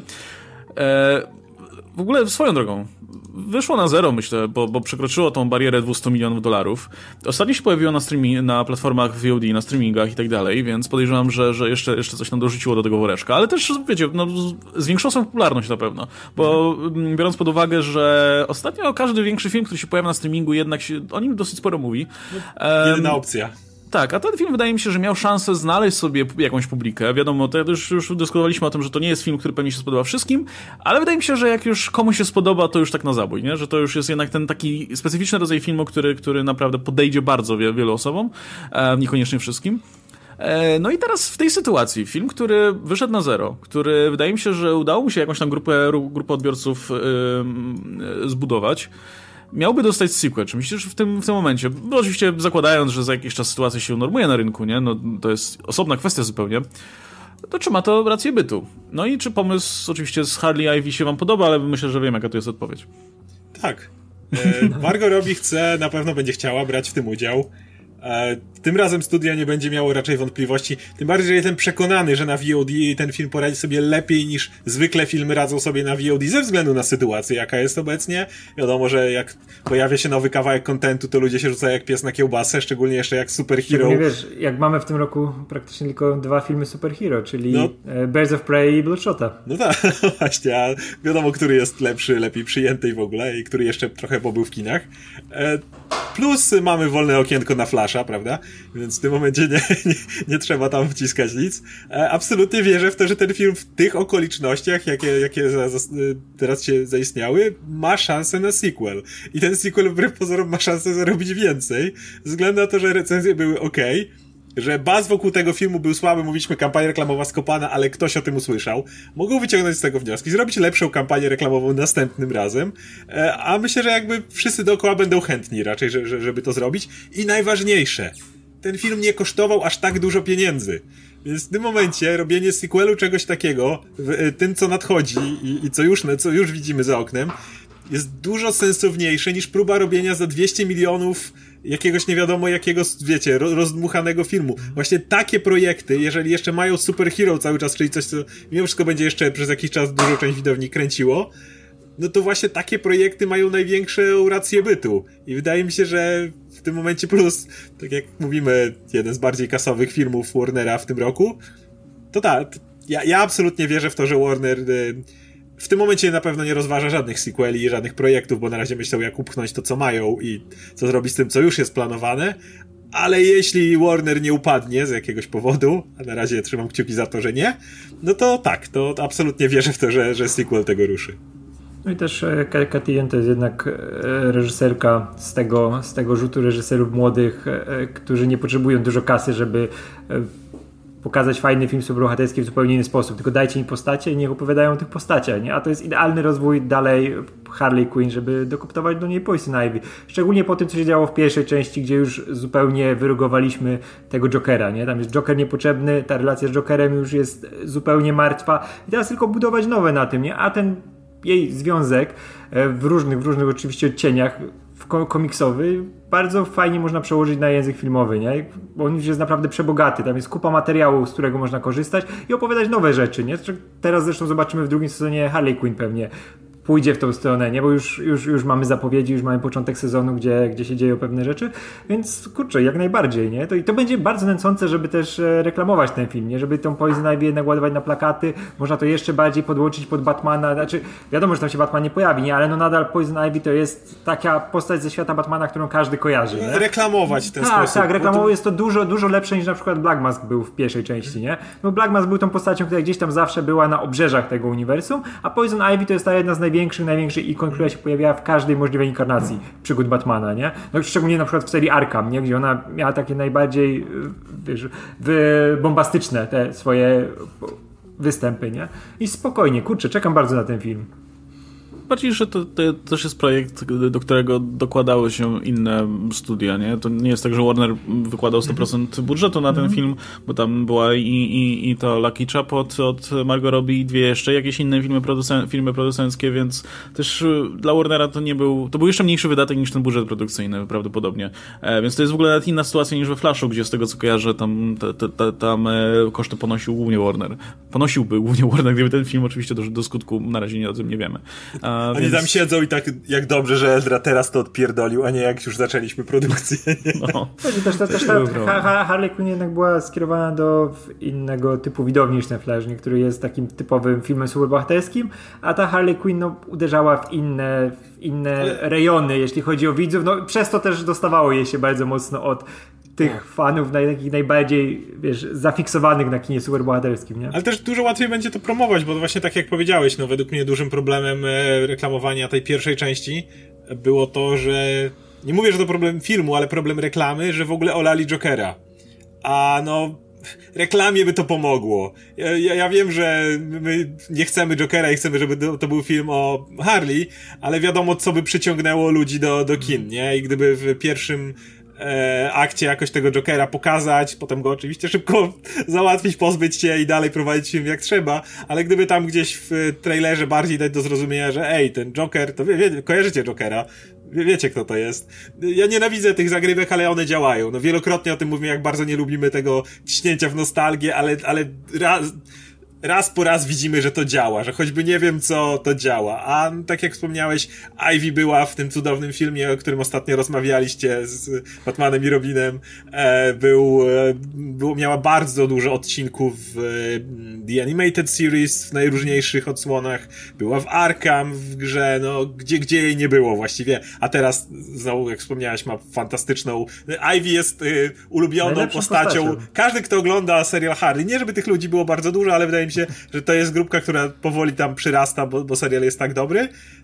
E, w ogóle swoją drogą, wyszło na zero, myślę, bo, bo przekroczyło tą barierę dwieście milionów dolarów. Ostatnio się pojawiło na, streaming, na platformach V O D, na streamingach i tak dalej, więc podejrzewam, że, że jeszcze, jeszcze coś tam dorzuciło do tego woreczka. Ale też, wiecie, no, zwiększyło swoją popularność na pewno, bo mhm. biorąc pod uwagę, że ostatnio każdy większy film, który się pojawia na streamingu, jednak się o nim dosyć sporo mówi. Jedyna um, opcja. Tak, a ten film wydaje mi się, że miał szansę znaleźć sobie jakąś publikę. Wiadomo, to już, już dyskutowaliśmy o tym, że to nie jest film, który pewnie się spodoba wszystkim, ale wydaje mi się, że jak już komuś się spodoba, to już tak na zabój, nie? Że to już jest jednak ten taki specyficzny rodzaj filmu, który, który naprawdę podejdzie bardzo wie, wielu osobom, e, niekoniecznie wszystkim. E, no i teraz w tej sytuacji film, który wyszedł na zero, który wydaje mi się, że udało mu się jakąś tam grupę, grupę odbiorców e, zbudować, miałby dostać sequel. Czy myślisz, że w tym, w tym momencie, bo oczywiście zakładając, że za jakiś czas sytuacja się unormuje na rynku, nie? No to jest osobna kwestia zupełnie, to czy ma to rację bytu? No i czy pomysł oczywiście z Harley Ivy się wam podoba, ale myślę, że wiem, jaka to jest odpowiedź. Tak. E, Margot Robbie chce, na pewno będzie chciała brać w tym udział. E, tym razem studio nie będzie miało raczej wątpliwości, tym bardziej, że jestem przekonany, że na V O D ten film poradzi sobie lepiej niż zwykle filmy radzą sobie na V O D ze względu na sytuację, jaka jest obecnie. Wiadomo, że jak pojawia się nowy kawałek kontentu, to ludzie się rzucają jak pies na kiełbasę, szczególnie jeszcze jak superhero. Nie wiesz, jak mamy w tym roku praktycznie tylko dwa filmy superhero, czyli no, Birds of Prey i Bloodshota. No tak, właśnie, a wiadomo, który jest lepszy, lepiej przyjęty i w ogóle i który jeszcze trochę pobył w kinach. E, plus mamy wolne okienko na Flasha, prawda? Więc w tym momencie nie, nie, nie trzeba tam wciskać nic. E, absolutnie wierzę w to, że ten film w tych okolicznościach, jakie, jakie za, za, teraz się zaistniały, ma szansę na sequel. I ten sequel wbrew pozorom ma szansę zarobić więcej, ze względu na to, że recenzje były okej, że buzz wokół tego filmu był słaby, mówiliśmy kampania reklamowa skopana, ale ktoś o tym usłyszał. Mogą wyciągnąć z tego wnioski, zrobić lepszą kampanię reklamową następnym razem, a myślę, że jakby wszyscy dookoła będą chętni raczej, żeby to zrobić. I najważniejsze, ten film nie kosztował aż tak dużo pieniędzy. Więc w tym momencie robienie sequelu czegoś takiego, w tym co nadchodzi i, i co, już, co już widzimy za oknem, jest dużo sensowniejsze niż próba robienia za dwieście milionów jakiegoś nie wiadomo jakiego, wiecie, rozdmuchanego filmu. Właśnie takie projekty, jeżeli jeszcze mają superhero cały czas, czyli coś, co mimo wszystko będzie jeszcze przez jakiś czas dużą część widowni kręciło, no to właśnie takie projekty mają największą rację bytu. I wydaje mi się, że w tym momencie plus, tak jak mówimy, jeden z bardziej kasowych filmów Warnera w tym roku, to tak, ja, ja absolutnie wierzę w to, że Warner y, w tym momencie na pewno nie rozważa żadnych sequeli i żadnych projektów, bo na razie myślą, jak upchnąć to, co mają i co zrobić z tym, co już jest planowane. Ale jeśli Warner nie upadnie z jakiegoś powodu, a na razie trzymam kciuki za to, że nie, no to tak, to absolutnie wierzę w to, że, że sequel tego ruszy. No i też Cathy Yan to jest jednak reżyserka z tego, z tego rzutu reżyserów młodych, którzy nie potrzebują dużo kasy, żeby pokazać fajny film superbohaterski w zupełnie inny sposób, tylko dajcie im postacie i niech opowiadają o tych postaciach, nie? A to jest idealny rozwój dalej Harley Quinn, żeby dokoptować do niej Poison Ivy. Szczególnie po tym, co się działo w pierwszej części, gdzie już zupełnie wyrugowaliśmy tego Jokera, nie? Tam jest Joker niepotrzebny, ta relacja z Jokerem już jest zupełnie martwa i teraz tylko budować nowe na tym, nie? A ten jej związek w różnych, w różnych oczywiście odcieniach komiksowy bardzo fajnie można przełożyć na język filmowy, nie? Bo on już jest naprawdę przebogaty, tam jest kupa materiału, z którego można korzystać i opowiadać nowe rzeczy, nie? Teraz zresztą zobaczymy w drugim sezonie Harley Quinn pewnie pójdzie w tą stronę, nie? Bo już, już, już mamy zapowiedzi, już mamy początek sezonu, gdzie, gdzie się dzieją pewne rzeczy, więc kurczę, jak najbardziej, nie? To, i to będzie bardzo nęcące, żeby też reklamować ten film, nie? Żeby tą Poison Ivy jednak ładować na plakaty, można to jeszcze bardziej podłączyć pod Batmana, znaczy wiadomo, że tam się Batman nie pojawi, nie? Ale no nadal Poison Ivy to jest taka postać ze świata Batmana, którą każdy kojarzy, nie? Reklamować w ten tak, sposób. Tak, tak, reklamował jest to dużo, dużo lepsze niż na przykład Black Mask był w pierwszej części, nie? No Black Mask był tą postacią, która gdzieś tam zawsze była na obrzeżach tego uniwersum, a Poison Ivy to jest ta jedna z największych, największych ikon, która się pojawiała w każdej możliwej inkarnacji przygód Batmana, nie? No szczególnie na przykład w serii Arkham, nie? Gdzie ona miała takie najbardziej, wiesz, bombastyczne te swoje występy, nie? I spokojnie, kurczę, czekam bardzo na ten film. Bardziej, że to, to też jest projekt, do którego dokładały się inne studia, nie? To nie jest tak, że Warner wykładał sto procent mm-hmm. budżetu na ten mm-hmm. film, bo tam była i, i, i to Lucky Chap od, od Margot Robbie i dwie jeszcze jakieś inne filmy, producen- filmy producenckie, więc też dla Warnera to nie był, to był jeszcze mniejszy wydatek niż ten budżet produkcyjny prawdopodobnie. E, więc to jest w ogóle nawet inna sytuacja niż we Flashu, gdzie z tego co kojarzę, tam, ta, ta, ta, tam e, koszty ponosił głównie Warner. Ponosiłby głównie Warner, gdyby ten film oczywiście do, do skutku na razie nie o tym nie wiemy. E, Oni więc... tam siedzą i tak, jak dobrze, że Ezra teraz to odpierdolił, a nie jak już zaczęliśmy produkcję. No. Też, też, też ta ha- Harley Quinn jednak była skierowana do innego typu widowni niż ten Flash, który jest takim typowym filmem superbohaterskim, a ta Harley Quinn no, uderzała w inne, w inne Ale... rejony, jeśli chodzi o widzów. No, przez to też dostawało jej się bardzo mocno od tych no. fanów naj, takich najbardziej, wiesz, zafiksowanych na kinie superbohaterskim, nie? Ale też dużo łatwiej będzie to promować, bo właśnie tak jak powiedziałeś, no według mnie dużym problemem e, reklamowania tej pierwszej części było to, że nie mówię, że to problem filmu, ale problem reklamy, że w ogóle olali Jokera. A no reklamie by to pomogło. Ja, ja, ja wiem, że my nie chcemy Jokera i chcemy, żeby to był film o Harley, ale wiadomo, co by przyciągnęło ludzi do, do kin, nie? I gdyby w pierwszym E, akcie jakoś tego Jokera pokazać, potem go oczywiście szybko załatwić, pozbyć się i dalej prowadzić film jak trzeba, ale gdyby tam gdzieś w trailerze bardziej dać do zrozumienia, że ej, ten Joker, to wie, wie, kojarzycie Jokera, wie, wiecie kto to jest. Ja nienawidzę tych zagrywek, ale one działają. No wielokrotnie o tym mówimy, jak bardzo nie lubimy tego ciśnięcia w nostalgię, ale, ale raz... raz po raz widzimy, że to działa, że choćby nie wiem co, to działa. A tak jak wspomniałeś, Ivy była w tym cudownym filmie, o którym ostatnio rozmawialiście z Batmanem i Robinem. E, był, e, był, miała bardzo dużo odcinków w e, The Animated Series, w najróżniejszych odsłonach. Była w Arkham, w grze, no, gdzie, gdzie jej nie było właściwie. A teraz, znowu, jak wspomniałeś, ma fantastyczną... Ivy jest e, ulubioną Najlepszą postacią. postacią. Każdy, kto ogląda serial Harley, nie żeby tych ludzi było bardzo dużo, ale wydaje mi się, że to jest grupka, która powoli tam przyrasta, bo, bo serial jest tak dobry,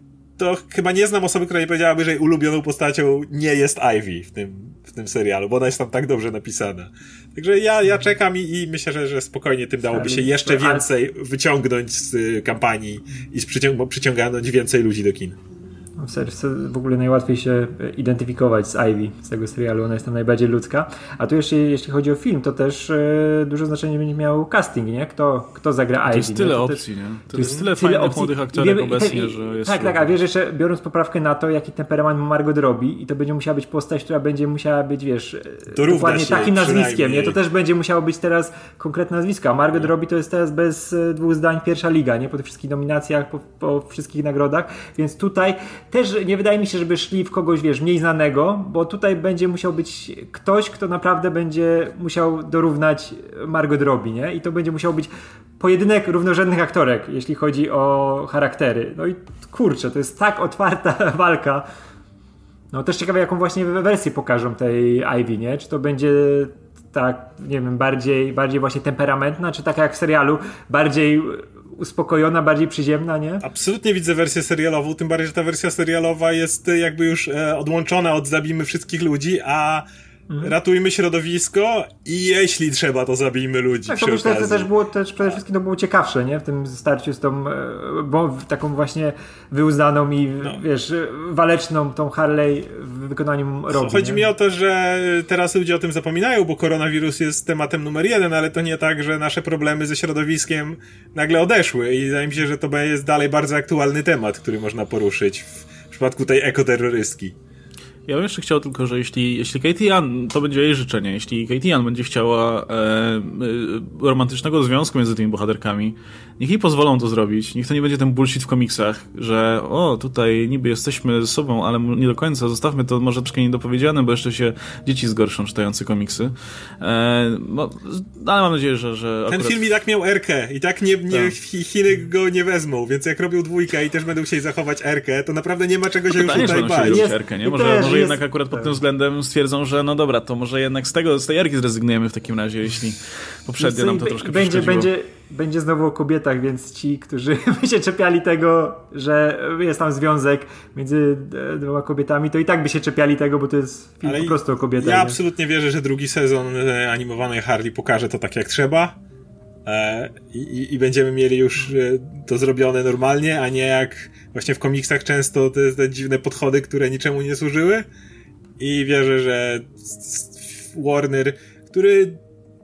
to chyba nie znam osoby, która nie powiedziałaby, że jej ulubioną postacią nie jest Ivy w tym, w tym serialu, bo ona jest tam tak dobrze napisana. Także ja, ja czekam i, i myślę, że, że spokojnie tym dałoby się jeszcze więcej wyciągnąć z kampanii i z przyciąg- przyciągnąć więcej ludzi do kin. W serii w ogóle najłatwiej się identyfikować z Ivy, z tego serialu, ona jest tam najbardziej ludzka. A tu jeszcze, jeśli chodzi o film, to też e, duże znaczenie będzie miał casting, nie? Kto, kto zagra Ivy. To jest tyle to opcji, też, nie? To, to jest jest tyle, tyle fajnych opcji. młodych aktorek I, obecnie, i, że jest... Tak, tak, a wiesz, jeszcze biorąc poprawkę na to, jaki temperament ma Margot Robbie i to będzie musiała być postać, która będzie musiała być, wiesz, dokładnie takim nazwiskiem, nie? To też będzie musiało być teraz konkretne nazwisko, a Margot no. Robbie to jest teraz bez dwóch zdań pierwsza liga, nie? Po tych wszystkich nominacjach, po, po wszystkich nagrodach, więc tutaj też nie wydaje mi się, żeby szli w kogoś, wiesz, mniej znanego, bo tutaj będzie musiał być ktoś, kto naprawdę będzie musiał dorównać Margot Robbie, nie? I to będzie musiał być pojedynek równorzędnych aktorek, jeśli chodzi o charaktery. No i kurczę, to jest tak otwarta walka. No też ciekawe, jaką właśnie wersję pokażą tej Ivy, nie? Czy to będzie tak, nie wiem, bardziej, bardziej właśnie temperamentna, czy tak jak w serialu, bardziej uspokojona, bardziej przyziemna, nie? Absolutnie widzę wersję serialową, tym bardziej, że ta wersja serialowa jest jakby już e, odłączona od zabijmy wszystkich ludzi, a mhm. ratujmy środowisko i jeśli trzeba, to zabijmy ludzi. Tak, przy to myślę, że to okazji. też było też przede wszystkim to było ciekawsze, nie? W tym starciu z tą bo, taką właśnie wyuznaną i no. wiesz, waleczną tą Harley w wykonaniu Robbie. Chodzi nie? mi o to, że teraz ludzie o tym zapominają, bo koronawirus jest tematem numer jeden, ale to nie tak, że nasze problemy ze środowiskiem nagle odeszły i wydaje mi się, że to jest dalej bardzo aktualny temat, który można poruszyć w przypadku tej ekoterrorystki. Ja bym jeszcze chciał tylko, że jeśli, jeśli Katie Ann, to będzie jej życzenie, jeśli Katie Ann będzie chciała e, e, romantycznego związku między tymi bohaterkami, niech jej pozwolą to zrobić. Niech to nie będzie ten bullshit w komiksach, że o, tutaj niby jesteśmy ze sobą, ale nie do końca, zostawmy to może troszkę niedopowiedziane, bo jeszcze się dzieci zgorszą czytający komiksy. E, no, ale mam nadzieję, że, że Ten akurat... film i tak miał Erkę i tak nie, nie, tak. Chiny go nie wezmą, więc jak robią dwójkę i też będą chcieli zachować Erkę, to naprawdę nie ma czego się no, już pytanie, tutaj bać. robić Erkę, nie? Może, też może jest, jednak akurat pod tak. tym względem stwierdzą, że no dobra, to może jednak z tego, z tej Erki zrezygnujemy w takim razie, jeśli poprzednio nam to troszkę będzie, przeszkodziło. będzie, będzie znowu o kobietach, więc ci, którzy by się czepiali tego, że jest tam związek między dwoma kobietami, to i tak by się czepiali tego, bo to jest film Ale po prostu o kobietach. Ja nie? absolutnie wierzę, że drugi sezon animowanej Harley pokaże to tak jak trzeba e, i, i będziemy mieli już to zrobione normalnie, a nie jak właśnie w komiksach często te, te dziwne podchody, które niczemu nie służyły. I wierzę, że Warner, który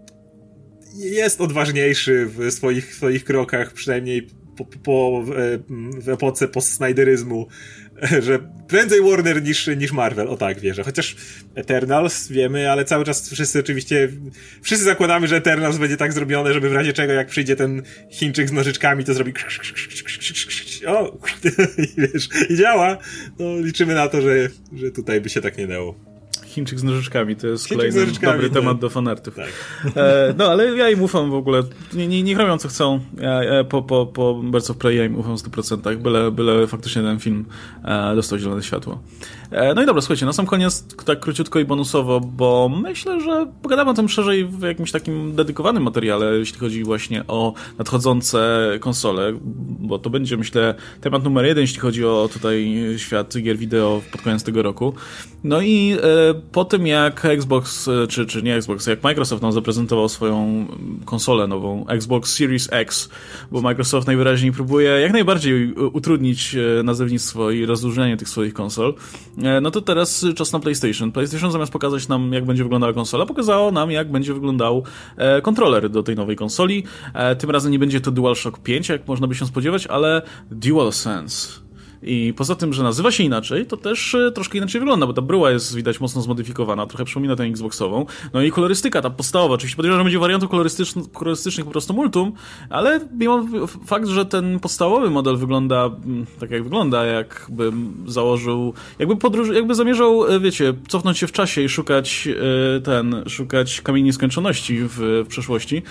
jest odważniejszy w swoich, swoich krokach, przynajmniej po, po, w epoce post-Snyderyzmu, że prędzej Warner niż, niż Marvel, o tak wierzę. Chociaż Eternals wiemy, ale cały czas wszyscy oczywiście, wszyscy zakładamy, że Eternals będzie tak zrobione, żeby w razie czego jak przyjdzie ten Chińczyk z nożyczkami, to zrobi o, i wiesz, i działa. No liczymy na to, że, że tutaj by się tak nie dało. Chińczyk z nożyczkami, to jest Chińczyk kolejny dobry no. temat do fanartów. Tak. E, no, ale ja im ufam w ogóle. Nie, nie, niech robią co chcą. Ja, ja po, po, po Birds of Prey ja im ufam w stu procentach, byle, byle faktycznie ten film e, dostał zielone światło. E, no i dobra, słuchajcie, na sam koniec tak króciutko i bonusowo, bo myślę, że pogadamy o tym szerzej w jakimś takim dedykowanym materiale, jeśli chodzi właśnie o nadchodzące konsole, bo to będzie, myślę, temat numer jeden, jeśli chodzi o tutaj świat gier wideo pod koniec tego roku. No i e, po tym jak Xbox, czy, czy nie Xbox, jak Microsoft nam zaprezentował swoją konsolę nową, Xbox Series X, bo Microsoft najwyraźniej próbuje jak najbardziej utrudnić nazewnictwo i rozróżnianie tych swoich konsol, no to teraz czas na PlayStation. PlayStation zamiast pokazać nam, jak będzie wyglądała konsola, pokazało nam, jak będzie wyglądał kontroler do tej nowej konsoli. Tym razem nie będzie to DualShock pięć, jak można by się spodziewać, ale DualSense. I poza tym, że nazywa się inaczej, to też troszkę inaczej wygląda, bo ta bryła jest widać mocno zmodyfikowana, trochę przypomina tę Xboxową. No i kolorystyka, ta podstawowa. Oczywiście podejrzewam, że będzie wariantów kolorystycznych, kolorystycznych po prostu multum, ale mimo fakt, że ten podstawowy model wygląda tak jak wygląda, jakby założył, jakby podróż, jakby zamierzał, wiecie, cofnąć się w czasie i szukać ten, szukać kamieni nieskończoności w, w przeszłości,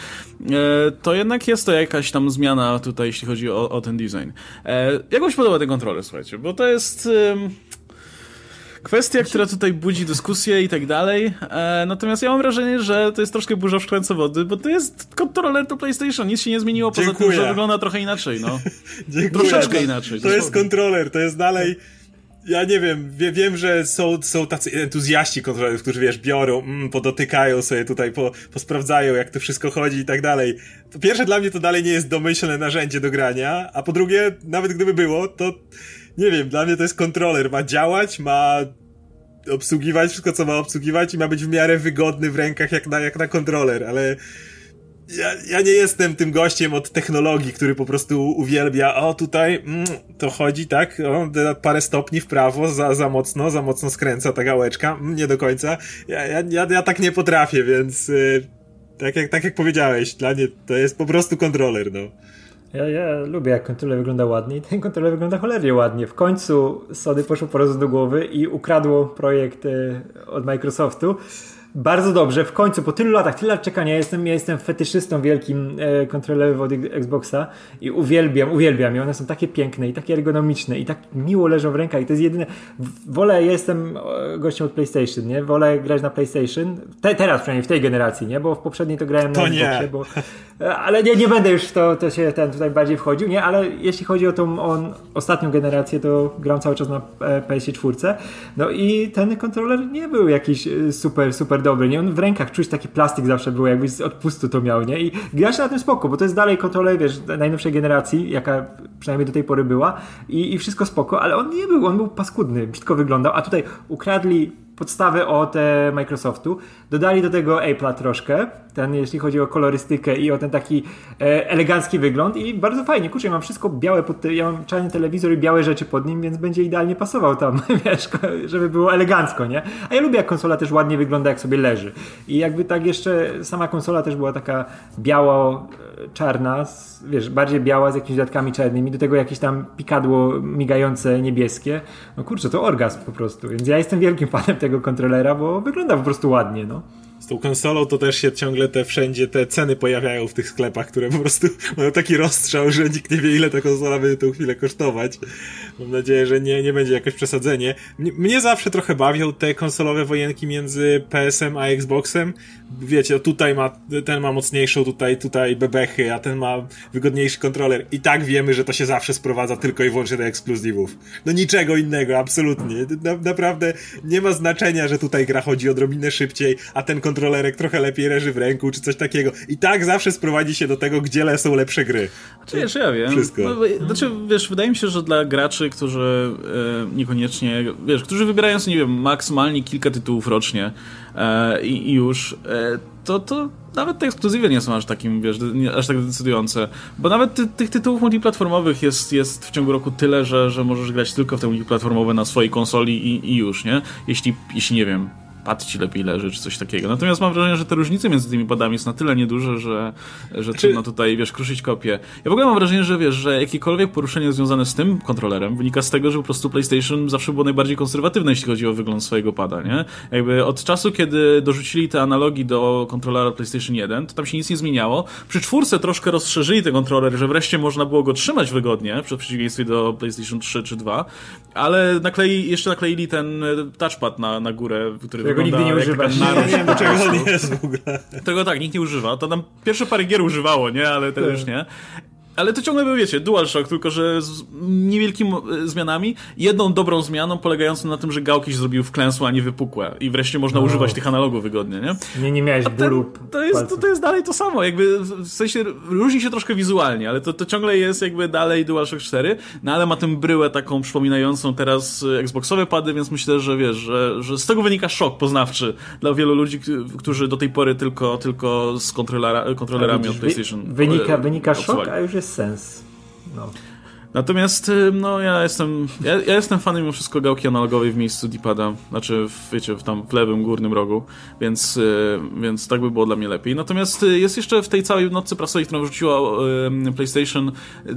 to jednak jest to jakaś tam zmiana tutaj, jeśli chodzi o, o ten design. Jak wam się podoba ten kontroler? Słuchajcie, bo to jest um, kwestia, która tutaj budzi dyskusję i tak dalej, e, natomiast ja mam wrażenie, że to jest troszkę burza w szklance wody, bo to jest kontroler do PlayStation, nic się nie zmieniło, poza Dziękuję. tym, że wygląda trochę inaczej, no. Dziękuję. Troszeczkę to, inaczej. To jest kontroler, to jest dalej... Ja nie wiem, wie, wiem, że są, są tacy entuzjaści kontrolerów, którzy wiesz, biorą, mm, podotykają sobie tutaj, po, posprawdzają, jak to wszystko chodzi i tak dalej. Po pierwsze, dla mnie to dalej nie jest domyślne narzędzie do grania, a po drugie, nawet gdyby było, to nie wiem, dla mnie to jest kontroler. Ma działać, ma obsługiwać wszystko, co ma obsługiwać i ma być w miarę wygodny w rękach jak na, jak na kontroler, ale ja, ja nie jestem tym gościem od technologii, który po prostu uwielbia, o tutaj mm, to chodzi, tak, o, parę stopni w prawo, za, za mocno, za mocno skręca ta gałeczka, mm, nie do końca. Ja, ja, ja, ja tak nie potrafię, więc yy, tak, jak, tak jak powiedziałeś, dla mnie to jest po prostu kontroler, no. Ja, ja lubię, jak kontroler wygląda ładnie i ten kontroler wygląda cholernie ładnie. W końcu Sony poszło po rozum do głowy i ukradło projekt y, od Microsoftu. Bardzo dobrze, w końcu, po tylu latach, tyle lat czekania, ja jestem, ja jestem fetyszystą wielkim e, kontrolerów od Xboxa i uwielbiam, uwielbiam je. One są takie piękne i takie ergonomiczne i tak miło leżą w rękach i to jest jedyne. Wolę, ja jestem gościem od PlayStation, nie? Wolę grać na PlayStation, Te, teraz przynajmniej w tej generacji, nie? Bo w poprzedniej to grałem to na Xboxie, bo, ale nie, nie będę już w to, to się ten tutaj bardziej wchodził, nie? Ale jeśli chodzi o tą o ostatnią generację, to gram cały czas na P S cztery. No i ten kontroler nie był jakiś super, super dobry, nie? On w rękach czuć taki plastik zawsze był, jakbyś z odpustu to miał, nie? I grasz na tym spoko, bo to jest dalej kontroler, wiesz, najnowszej generacji, jaka przynajmniej do tej pory była i, i wszystko spoko, ale on nie był, on był paskudny, brzydko wyglądał, a tutaj ukradli podstawę od e, Microsoftu. Dodali do tego Apple'a troszkę, ten, jeśli chodzi o kolorystykę i o ten taki e, elegancki wygląd i bardzo fajnie, kurczę, ja mam wszystko białe, pod te, ja mam czarny telewizor i białe rzeczy pod nim, więc będzie idealnie pasował tam, wiesz, żeby było elegancko, nie? A ja lubię, jak konsola też ładnie wygląda, jak sobie leży. I jakby tak jeszcze sama konsola też była taka biało-czarna, wiesz, bardziej biała z jakimiś dodatkami czarnymi, do tego jakieś tam pikadło migające niebieskie. No kurczę, to orgazm po prostu, więc ja jestem wielkim fanem tego kontrolera, bo wygląda po prostu ładnie, no. Z tą konsolą to też się ciągle te wszędzie te ceny pojawiają w tych sklepach, które po prostu mają taki rozstrzał, że nikt nie wie, ile ta konsola będzie tą chwilę kosztować. Mam nadzieję, że nie, nie będzie jakoś przesadzenie. Mnie, mnie zawsze trochę bawią te konsolowe wojenki między P S em a Xboxem. Wiecie, tutaj ma, ten ma mocniejszą, tutaj, tutaj bebechy, a ten ma wygodniejszy kontroler. I tak wiemy, że to się zawsze sprowadza tylko i wyłącznie do ekskluzywów. No niczego innego, absolutnie. Na, naprawdę nie ma znaczenia, że tutaj gra chodzi odrobinę szybciej, a ten kontrolerek trochę lepiej leży w ręku, czy coś takiego. I tak zawsze sprowadzi się do tego, gdzie są lepsze gry. Znaczy, wiesz, ja wiem. Wszystko. No, znaczy, wiesz, wydaje mi się, że dla graczy, którzy e, niekoniecznie, wiesz, którzy wybierają sobie, nie wiem, maksymalnie kilka tytułów rocznie e, i, i już, e, to, to nawet te ekskluzywy nie są aż takim, wiesz, nie, aż tak decydujące. Bo nawet ty, tych tytułów multiplatformowych jest, jest w ciągu roku tyle, że, że możesz grać tylko w te multiplatformowe na swojej konsoli i, i już, nie? Jeśli, jeśli nie wiem, pad ci lepiej leży, czy coś takiego. Natomiast mam wrażenie, że te różnice między tymi padami jest na tyle nieduże, że, że trudno tutaj, wiesz, kruszyć kopię. Ja w ogóle mam wrażenie, że wiesz, że jakiekolwiek poruszenie związane z tym kontrolerem wynika z tego, że po prostu PlayStation zawsze było najbardziej konserwatywne, jeśli chodzi o wygląd swojego pada, nie? Jakby od czasu, kiedy dorzucili te analogi do kontrolera PlayStation jeden, to tam się nic nie zmieniało. Przy czwórce troszkę rozszerzyli ten kontroler, że wreszcie można było go trzymać wygodnie, w przeciwieństwie do PlayStation trzy czy dwa, ale naklei, jeszcze nakleili ten touchpad na, na górę, który Tego nigdy nie używasz. Nie wiem, do czego on jest w ogóle. Tego tak, nikt nie używa. To tam pierwsze parę gier używało, nie? Ale teraz już nie. Ale to ciągle był, wiecie, DualShock, tylko że z niewielkimi zmianami. Jedną dobrą zmianą polegającą na tym, że gałki się zrobiły wklęsłe, a nie wypukłe. I wreszcie można no. używać tych analogów wygodnie, nie? Nie, nie miałeś bólu. To jest, to, to jest dalej to samo. Jakby w sensie różni się troszkę wizualnie, ale to, to ciągle jest jakby dalej DualShock cztery, no ale ma tę bryłę taką przypominającą teraz Xboxowe pady, więc myślę, że wiesz, że, że z tego wynika szok poznawczy dla wielu ludzi, którzy do tej pory tylko, tylko z kontrolera, kontrolerami od PlayStation wynika, wynika szok, a już jest sens. No. Natomiast no ja jestem ja, ja jestem fanem mimo wszystko gałki analogowej w miejscu D-pada, znaczy w, wiecie, w tam w lewym górnym rogu, więc, więc tak by było dla mnie lepiej. Natomiast jest jeszcze w tej całej notce prasowej, którą wrzuciła PlayStation,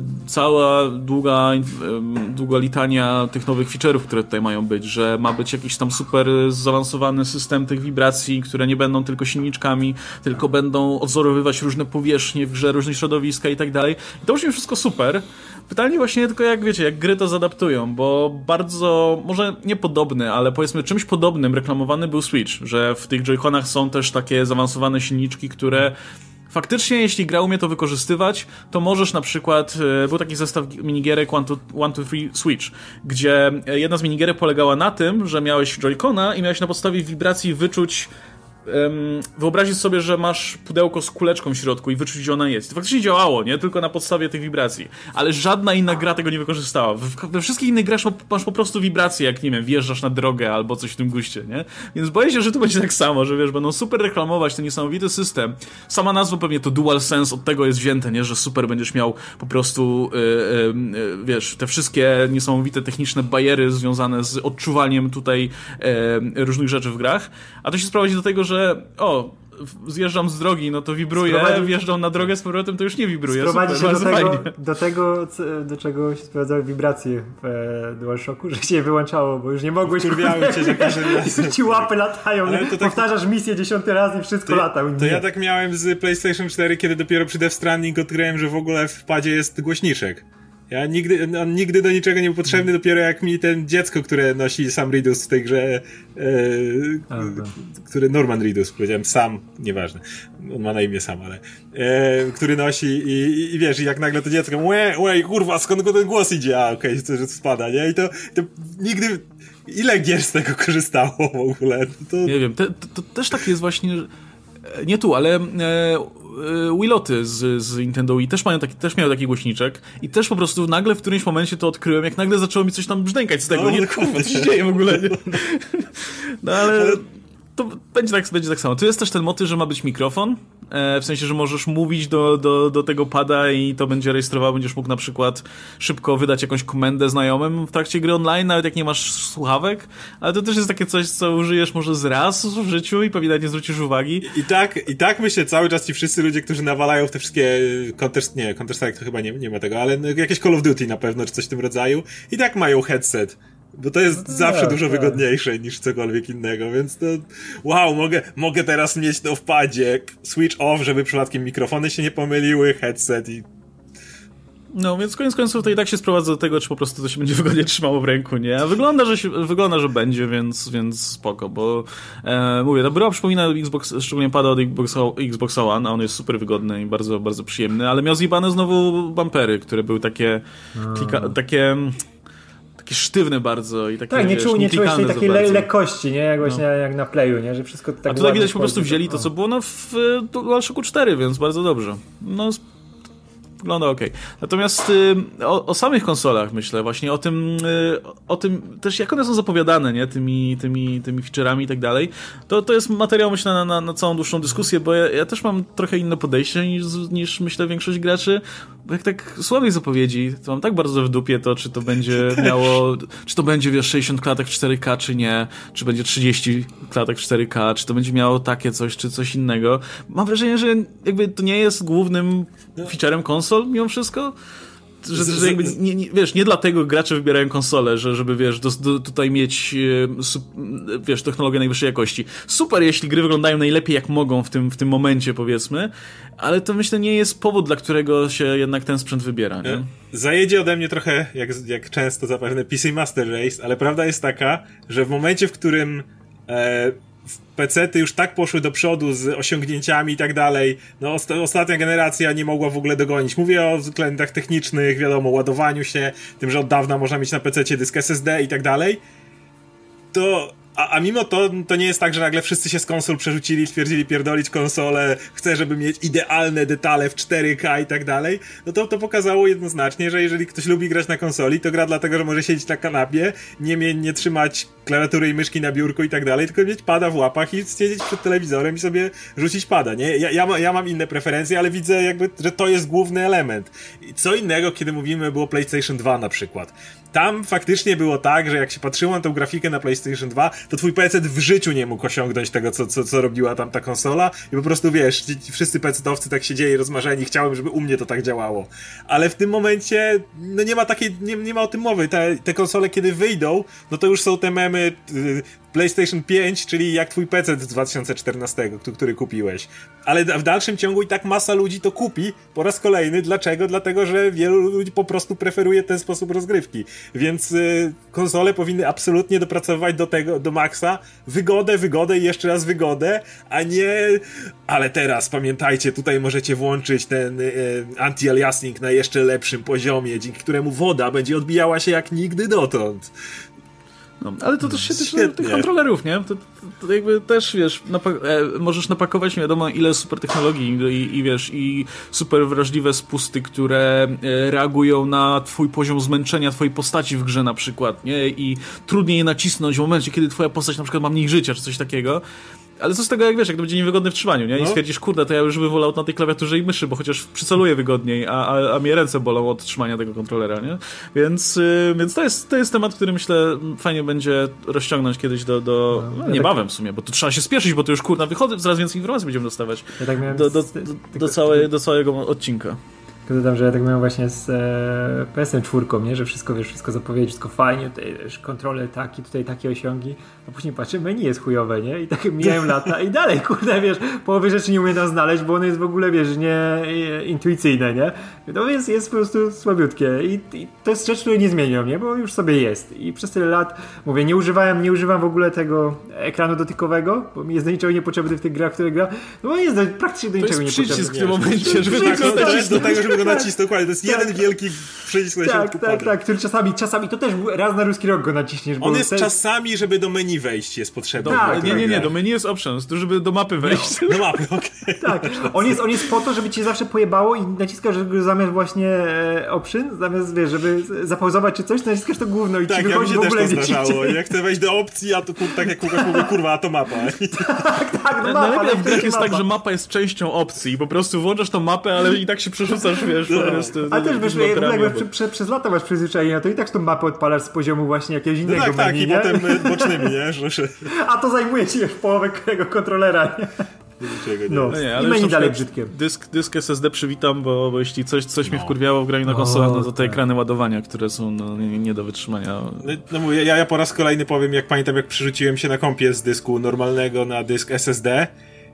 cała długa długa litania tych nowych feature'ów, które tutaj mają być, że ma być jakiś tam super zaawansowany system tych wibracji, które nie będą tylko silniczkami, tylko będą odzorowywać różne powierzchnie w grze, różne środowiska i tak dalej. I to brzmi wszystko super. Pytanie właśnie tylko jak, wiecie, jak gry to zadaptują, bo bardzo, może nie podobny, ale powiedzmy czymś podobnym reklamowany był Switch, że w tych Joy-Conach są też takie zaawansowane silniczki, które faktycznie, jeśli gra umie to wykorzystywać, to możesz na przykład, był taki zestaw minigierek one two three Switch, gdzie jedna z minigierek polegała na tym, że miałeś Joy-Cona i miałeś na podstawie wibracji wyczuć, Um, wyobrazić sobie, że masz pudełko z kuleczką w środku i wyczuć, gdzie ona jest. To faktycznie działało, nie? Tylko na podstawie tych wibracji. Ale żadna inna gra tego nie wykorzystała. We, we wszystkich innych grach masz po prostu wibracje, jak, nie wiem, wjeżdżasz na drogę albo coś w tym guście, nie? Więc boję się, że tu będzie tak samo, że wiesz, będą super reklamować ten niesamowity system. Sama nazwa pewnie to DualSense od tego jest wzięte, nie? Że super będziesz miał po prostu yy, yy, wiesz, te wszystkie niesamowite techniczne bariery związane z odczuwaniem tutaj yy, różnych rzeczy w grach. A to się sprowadzi do tego, że że o, zjeżdżam z drogi, no to wibruje, Sprowadzi... wjeżdżam na drogę z powrotem, to już nie wibruje. Sprowadzi Super, się do tego, do tego, do czego się sprowadzały wibracje w e, DualShocku, że się wyłączało, bo już nie mogłeś... Kurwiały cię, że każdy raz... Ci łapy latają, nie? Tak... powtarzasz misję dziesiąty raz i wszystko to, lata. To ja tak miałem z PlayStation cztery, kiedy dopiero przy Death Stranding odkryłem, że w ogóle w padzie jest głośniczek. Ja nigdy, on nigdy do niczego nie był potrzebny, dopiero jak mi ten dziecko, które nosi Sam Reedus w tej grze, e, który Norman Reedus, powiedziałem Sam, nieważne, on ma na imię Sam, ale e, który nosi i, i, i wiesz, i jak nagle to dziecko, łe, łe, kurwa, skąd go ten głos idzie, a okej, okay, że spada, nie? I to, to nigdy, ile gier z tego korzystało w ogóle? To... Nie wiem, te, to, to też tak jest właśnie, nie tu, ale e, Wiloty z, z Nintendo Wii też mają taki, też miały taki głośniczek i też po prostu nagle w którymś momencie to odkryłem, jak nagle zaczęło mi coś tam brzdękać z tego, no, nie, kurwa, co się dzieje w ogóle, nie? No ale to będzie tak, będzie tak samo. Tu jest też ten motyw, że ma być mikrofon, e, w sensie, że możesz mówić do, do, do tego pada i to będzie rejestrowało, będziesz mógł na przykład szybko wydać jakąś komendę znajomym w trakcie gry online, nawet jak nie masz słuchawek, ale to też jest takie coś, co użyjesz może z raz w życiu i pewnie nie zwrócisz uwagi. I tak, i tak myślę cały czas ci wszyscy ludzie, którzy nawalają w te wszystkie Counter, nie, Counter Strike to chyba nie, nie ma tego, ale jakieś Call of Duty na pewno, czy coś w tym rodzaju, i tak mają headset. Bo to jest no to zawsze tak, dużo tak. wygodniejsze niż cokolwiek innego, więc to wow, mogę, mogę teraz mieć to w padzie, switch off, żeby przypadkiem mikrofony się nie pomyliły, headset i... No, więc koniec końców to i tak się sprowadza do tego, czy po prostu to się będzie wygodnie trzymało w ręku, nie? A wygląda, że się, wygląda, że będzie, więc, więc spoko, bo e, mówię, ta bryła przypomina Xbox, szczególnie pada od Xbox, Xbox One, a on jest super wygodny i bardzo, bardzo przyjemny, ale miał zjebane znowu bumpery, które były takie, klika, takie... takie sztywne bardzo i takie, tak, nie, wiesz, czuł, nie czułeś tej takiej le- lekkości, nie? Jak właśnie no. jak na Playu, nie? Że wszystko tak. A tutaj widać po prostu wzięli to, co było no, w DualShocku cztery, więc bardzo dobrze. No, wygląda okej. Okay. Natomiast y, o, o samych konsolach myślę, właśnie o tym, y, o tym też jak one są zapowiadane, nie? Tymi, tymi, tymi feature'ami i tak dalej. To, to jest materiał, myślę, na, na, na całą dłuższą dyskusję, bo ja, ja też mam trochę inne podejście niż, niż myślę większość graczy. Bo jak tak słucham ich zapowiedzi, to mam tak bardzo w dupie to, czy to będzie miało, czy to będzie, wiesz, sześćdziesiąt klatek w cztery K, czy nie, czy będzie trzydzieści klatek w cztery K, czy to będzie miało takie coś, czy coś innego. Mam wrażenie, że jakby to nie jest głównym featurem konsol mimo wszystko. Że, że jakby nie, nie, wiesz, nie dlatego gracze wybierają konsolę, że, żeby, wiesz, do, do, tutaj mieć e, wiesz, technologię najwyższej jakości. Super, jeśli gry wyglądają najlepiej jak mogą w tym, w tym momencie, powiedzmy, ale to myślę nie jest powód, dla którego się jednak ten sprzęt wybiera, nie? Zajedzie ode mnie trochę, jak, jak często zapewne, P C Master Race, ale prawda jest taka, że w momencie, w którym e, pecety już tak poszły do przodu z osiągnięciami i tak dalej, no osta- ostatnia generacja nie mogła w ogóle dogonić. Mówię o względach technicznych, wiadomo, ładowaniu się, tym, że od dawna można mieć na pececie dysk S S D i tak dalej, to A, a mimo to, to nie jest tak, że nagle wszyscy się z konsol przerzucili i stwierdzili pierdolić konsolę, chcę, żeby mieć idealne detale w cztery K i tak dalej, no to to pokazało jednoznacznie, że jeżeli ktoś lubi grać na konsoli, to gra dlatego, że może siedzieć na kanapie, nie, nie trzymać klawiatury i myszki na biurku i tak dalej, tylko mieć pada w łapach i siedzieć przed telewizorem i sobie rzucić pada, nie? Ja, ja, ma, ja mam inne preferencje, ale widzę jakby, że to jest główny element. I co innego, kiedy mówimy, było PlayStation dwa na przykład. Tam faktycznie było tak, że jak się patrzyło na tę grafikę na PlayStation dwa, to twój P C w życiu nie mógł osiągnąć tego, co, co, co robiła tam ta konsola i po prostu, wiesz, ci, ci wszyscy pecetowcy tak siedzieli rozmarzeni, chciałem, żeby u mnie to tak działało. Ale w tym momencie, no nie ma takiej, nie, nie ma o tym mowy. Te, te konsole, kiedy wyjdą, no to już są te memy y, PlayStation pięć, czyli jak twój P C z dwa tysiące czternastego, który kupiłeś. Ale w dalszym ciągu i tak masa ludzi to kupi po raz kolejny. Dlaczego? Dlatego, że wielu ludzi po prostu preferuje ten sposób rozgrywki. Więc y, konsole powinny absolutnie dopracowywać do tego, do maksa, wygodę, wygodę i jeszcze raz wygodę, a nie... Ale teraz pamiętajcie, tutaj możecie włączyć ten y, anti-aliasing na jeszcze lepszym poziomie, dzięki któremu woda będzie odbijała się jak nigdy dotąd. No, ale to też się tyczy tych kontrolerów, nie? To, to, to jakby też, wiesz, napa- e, możesz napakować nie wiadomo ile super technologii i, i wiesz, i super wrażliwe spusty, które e, reagują na twój poziom zmęczenia twojej postaci w grze na przykład, nie? I trudniej je nacisnąć w momencie, kiedy twoja postać na przykład ma mniej życia, czy coś takiego. Ale co z tego, jak wiesz, jak to będzie niewygodne w trzymaniu, nie? I no. stwierdzisz, kurde, to ja już bym wolał na tej klawiaturze i myszy, bo chociaż przyceluję wygodniej, a, a, a mnie ręce bolą od trzymania tego kontrolera, nie? Więc, yy, więc to, jest, to jest temat, który myślę fajnie będzie rozciągnąć kiedyś do, do no, niebawem w sumie, bo tu trzeba się spieszyć, bo to już, kurna, wychodzę, coraz więcej informacji będziemy dostawać ja tak do, do, do, do, całej, do całego odcinka. Dodam, że ja tak miałem właśnie z e, P S M cztery, nie? Że wszystko, wiesz, wszystko zapowiedzi, wszystko fajnie, tutaj wiesz, kontrole taki, tutaj takie osiągi, a później patrzę, menu jest chujowe, nie? I tak mijają lata i dalej, kurde, wiesz, połowy rzeczy nie umiem tam znaleźć, bo ono jest w ogóle, wiesz, nie e, intuicyjne, nie? No więc jest po prostu słabiutkie i, i to jest rzecz, której nie zmienią, nie? Bo już sobie jest i przez tyle lat, mówię, nie używałem, nie używam w ogóle tego ekranu dotykowego, bo mi jest do niczego niepotrzebny w tych grach, które gram, no bo jest do, praktycznie do niczego niepotrzebny. To jest przycisk w tym momencie, żeby tak, do tego, żeby żeby go nacisnąć. Dokładnie, to jest jeden wielki przycisk na środku Tak, tak, tak, który czasami, czasami, to też raz na ruski rok go naciśniesz. On bo jest te... czasami, żeby do meni wejść jest potrzebny. Tak, nie, nie, nie, do menu jest options, to żeby do mapy wejść. No, do mapy, okej. Okay. Tak, on jest, on jest po to, żeby cię zawsze pojebało i naciskasz że zamiast właśnie e, option, zamiast, wiesz, żeby zapauzować czy coś, to naciskasz to gówno i tak, ci wychodzi ja w ogóle też to gdzie zdarzało. Jak chcę wejść do opcji, a to kur, tak jak Łukasz mówi, kurwa, a to mapa. tak, tak, no mapa. Najlepiej w grach jest mapa. tak, że mapa jest częścią opcji i po prostu włączasz tą mapę, ale i tak się przerzucasz, wiesz, no. po prostu. Ale też wiesz, jakby przy, przy, przez lata masz przyzwyczajenia, to i tak tą mapę odpalasz z poziomu właśnie jakiegoś innego no tak, menu, tak, i nie? potem bocznymi, nie? Że, że... A to zajmuje ci już połowę tego kontrolera, nie? Niczego nie no. jest. Nie, ale i menu dalej przykład brzydkie. Dysk, dysk S S D przywitam, bo, bo jeśli coś, coś No. mnie wkurwiało w graniu na konsolach, no to te tak. ekrany ładowania, które są no, nie, nie do wytrzymania. No, no mówię, ja, ja po raz kolejny powiem, jak pamiętam, jak przerzuciłem się na kompie z dysku normalnego na dysk S S D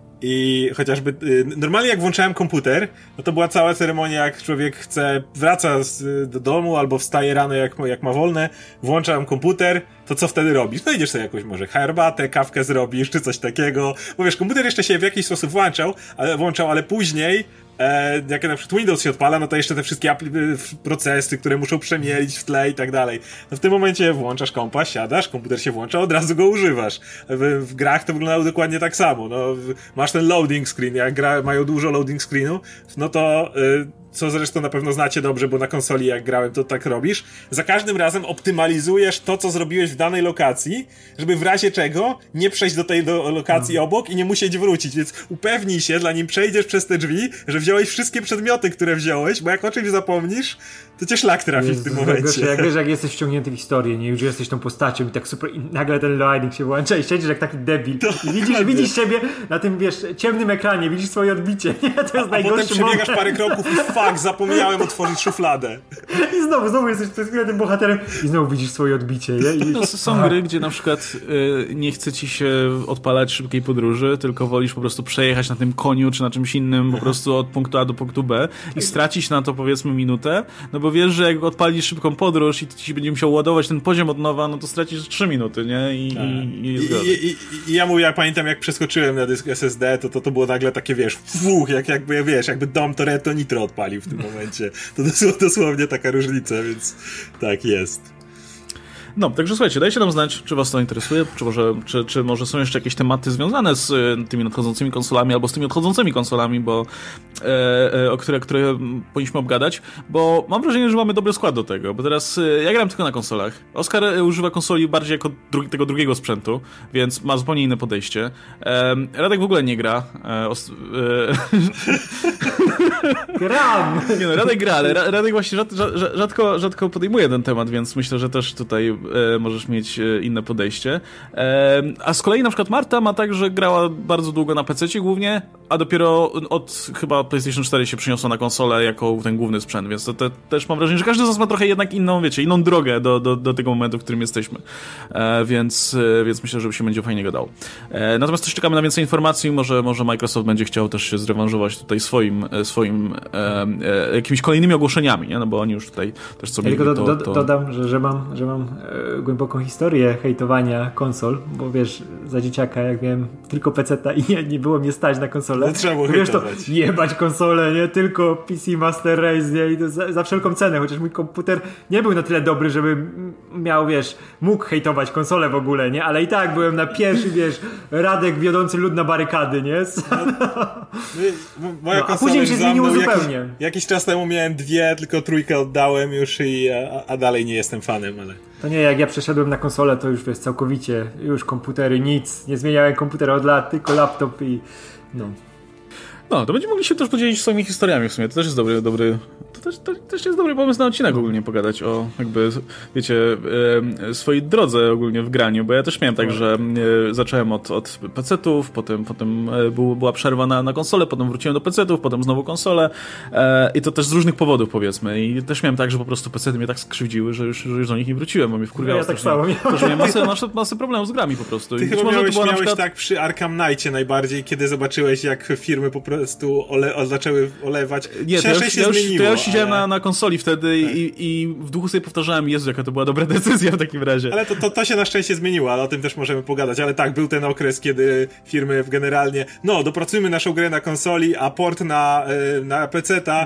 i chociażby, y, normalnie jak włączałem komputer, no to była cała ceremonia, jak człowiek chce, wraca z, do domu albo wstaje rano, jak, jak ma wolne, włączam komputer, to co wtedy robisz? No idziesz sobie jakąś może herbatę, kawkę zrobisz, czy coś takiego, bo wiesz, komputer jeszcze się w jakiś sposób włączał, ale włączał, ale później E, jak na przykład Windows się odpala, no to jeszcze te wszystkie procesy, które muszą przemielić w tle i tak dalej. No w tym momencie włączasz kompa, siadasz, komputer się włącza, od razu go używasz. W, w grach to wyglądało dokładnie tak samo. No, w, masz ten loading screen, jak gra, mają dużo loading screenu, no to y, co zresztą na pewno znacie dobrze, bo na konsoli jak grałem, to tak robisz. Za każdym razem optymalizujesz to, co zrobiłeś w danej lokacji, żeby w razie czego nie przejść do tej do lokacji no. obok i nie musieć wrócić, więc upewnij się, zanim przejdziesz przez te drzwi, że wziąłeś wszystkie przedmioty, które wziąłeś, bo jak o czymś zapomnisz, to cię szlak trafi Jezu, w tym momencie. Gorzej, jak wiesz, jak jesteś wciągnięty w historię, nie? Już jesteś tą postacią i tak super, i nagle ten loading się włącza i siedzisz jak taki debil. To, I widzisz, widzisz siebie na tym, wiesz, ciemnym ekranie, widzisz swoje odbicie, nie? To jest a, najgorszy a potem przebiegasz moment. parę kroków i fuck, zapomniałem otworzyć szufladę. I znowu, znowu jesteś przez chwilę tym bohaterem i znowu widzisz swoje odbicie, nie? I no, są gry, gdzie na przykład y, nie chce ci się odpalać szybkiej podróży, tylko wolisz po prostu przejechać na tym koniu czy na czymś innym po prostu od punktu A do punktu B i stracić na to powiedzmy minutę, no bo wiesz, że jak odpalisz szybką podróż i ci będzie musiał ładować ten poziom od nowa, no to stracisz trzy minuty, nie? I, tak. i, i, jest I, i, i ja mówię, ja pamiętam jak przeskoczyłem na dysk S S D, to to, to było nagle takie, wiesz, fuch, jak jakby, wiesz, jakby Dom Toretto Nitro odpalił w tym momencie. To dosłownie taka różnica, więc tak jest. No, także słuchajcie, dajcie nam znać, czy was to interesuje, czy może, czy, czy może są jeszcze jakieś tematy związane z y, tymi nadchodzącymi konsolami albo z tymi odchodzącymi konsolami, bo e, e, o które, które powinniśmy obgadać, bo mam wrażenie, że mamy dobry skład do tego, bo teraz y, ja gram tylko na konsolach. Oskar y, używa konsoli bardziej jako dru- tego drugiego sprzętu, więc ma zupełnie inne podejście. E, Radek w ogóle nie gra. E, os- e... Gram! Nie no, Radek gra, ale Radek właśnie rzad, rzad, rzadko, rzadko podejmuje ten temat, więc myślę, że też tutaj e, możesz mieć e, inne podejście. E, a z kolei na przykład Marta ma tak, że grała bardzo długo na pececie głównie, a dopiero od chyba PlayStation cztery się przyniosła na konsolę jako ten główny sprzęt, więc to, to też mam wrażenie, że każdy z nas ma trochę jednak inną, wiecie, inną drogę do, do, do tego momentu, w którym jesteśmy. E, więc, e, więc myślę, że się będzie fajnie gadało. E, natomiast też czekamy na więcej informacji, może, może Microsoft będzie chciał też się zrewanżować tutaj swoim, swoim e, e, jakimiś kolejnymi ogłoszeniami, nie? No bo oni już tutaj też co ja mieli, tylko to, do, do, to... dodam, że, że mam, że mam e, głęboką historię hejtowania konsol, bo wiesz, za dzieciaka jak miałem tylko peceta i nie, nie było mnie stać na konsolę. No, trzeba było wiesz, to hejtować. jebać konsolę, nie? Tylko P C Master Race, nie? I to za, za wszelką cenę, chociaż mój komputer nie był na tyle dobry, żeby miał, wiesz, mógł hejtować konsolę w ogóle, nie? Ale i tak byłem na pierwszy, wiesz, Radek wiodący lud na barykady, nie? No, moja no, a później się zmieniło jakiś, zupełnie. Jakiś czas temu miałem dwie, tylko trójkę oddałem już i a, a dalej nie jestem fanem, ale... To nie, jak ja przeszedłem na konsolę, to już wiesz, całkowicie, już komputery, nic, nie zmieniałem komputera od lat, tylko laptop i no. No, to będziemy mogli się też podzielić swoimi historiami w sumie, to też jest dobry, dobry to też, to też jest dobry pomysł na odcinek ogólnie pogadać o jakby, wiecie, e, swojej drodze ogólnie w graniu, bo ja też miałem tak, że e, zacząłem od, od pecetów, potem, potem e, był, była przerwa na, na konsolę, potem wróciłem do pecetów, potem znowu konsolę e, i to też z różnych powodów powiedzmy i też miałem tak, że po prostu pecety mnie tak skrzywdziły, że już, że już do nich nie wróciłem, bo mnie wkurwiało. Ja tak samo miałem. To, że miałem masę, masę, masę problemów z grami po prostu. Ty I chyba może miałeś, to było miałeś na przykład... tak przy Arkham Knightie najbardziej, kiedy zobaczyłeś jak firmy po prostu ole, o, zaczęły olewać. Nie, to ja, już, się ja, już, zmieniło, to ja już siedziałem ale... na, na konsoli wtedy tak. i, i w duchu sobie powtarzałem, Jezu, jaka to była dobra decyzja w takim razie. Ale to, to, to się na szczęście zmieniło, ale o tym też możemy pogadać. Ale tak, był ten okres, kiedy firmy generalnie, no, dopracujmy naszą grę na konsoli, a port na, na peceta hmm.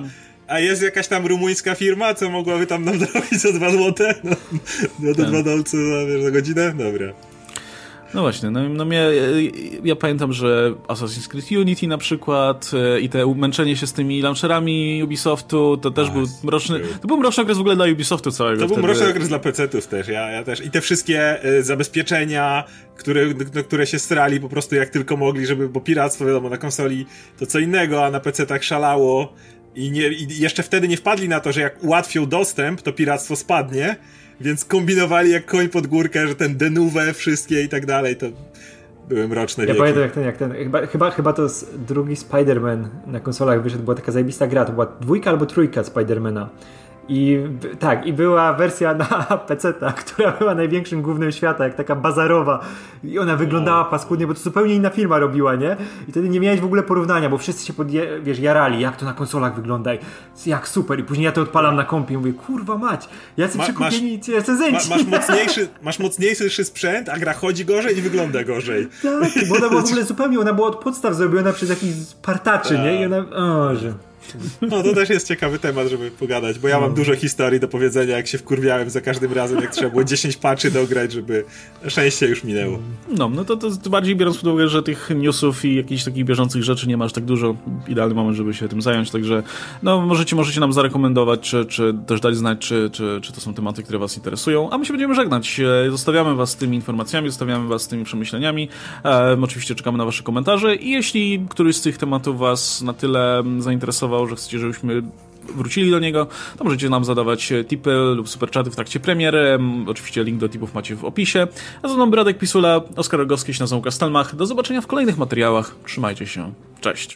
a jest jakaś tam rumuńska firma, co mogłaby tam nam zrobić za dwa złote? No, no to dwa dolce za godzinę? Dobra. No właśnie, no, no mnie, ja pamiętam, że Assassin's Creed Unity na przykład i te umęczenie się z tymi launcherami Ubisoftu, to też Ach, był mroczny, to był mroczny okres w ogóle dla Ubisoftu całego. To wtedy. był mroczny okres dla pecetów też, ja, ja też. I te wszystkie y, zabezpieczenia, które, no, które się strali po prostu jak tylko mogli, żeby, bo piractwo wiadomo, na konsoli to co innego, a na pecetach szalało i, nie, i jeszcze wtedy nie wpadli na to, że jak ułatwią dostęp, to piractwo spadnie. Więc kombinowali jak koń pod górkę, że ten denuwe, wszystkie i tak dalej, to były mroczne wieki. Ja pamiętam jak ten, jak ten chyba, chyba, chyba to drugi Spider-Man na konsolach wyszedł, była taka zajebista gra, to była dwójka albo trójka Spider-Mana. I tak, i była wersja na peceta, która była największym gównem świata, jak taka bazarowa. I ona wyglądała paskudnie, bo to zupełnie inna firma robiła, nie? I wtedy nie miałeś w ogóle porównania, bo wszyscy się podje, wiesz, jarali, jak to na konsolach wygląda, jak super. I później ja to odpalam na kompie i mówię, kurwa mać, jacy Ma, przekupieni masz, recenzenci. Ma, masz, mocniejszy, masz mocniejszy sprzęt, a gra chodzi gorzej i wygląda gorzej. Tak, bo ona była w ogóle zupełnie, ona była od podstaw zrobiona przez jakichś partaczy, nie? I ona, o, że... No to też jest ciekawy temat, żeby pogadać, bo ja mam dużo historii do powiedzenia, jak się wkurwiałem za każdym razem, jak trzeba było dziesięć patchy dograć, żeby szczęście już minęło. No, no to, to bardziej biorąc pod uwagę, że tych newsów i jakichś takich bieżących rzeczy nie masz tak dużo, idealny moment, żeby się tym zająć, także no możecie, możecie nam zarekomendować, czy, czy też dać znać, czy, czy, czy to są tematy, które was interesują, a my się będziemy żegnać. Zostawiamy was z tymi informacjami, zostawiamy was z tymi przemyśleniami, e, oczywiście czekamy na wasze komentarze i jeśli któryś z tych tematów was na tyle zainteresował, że chcecie, żebyśmy wrócili do niego, to możecie nam zadawać tipy lub superchaty w trakcie premiery. Oczywiście link do tipów macie w opisie. A za mną Radek Pisula, Oskar Rogowski, się nazywam Kastelmach. Do zobaczenia w kolejnych materiałach. Trzymajcie się. Cześć.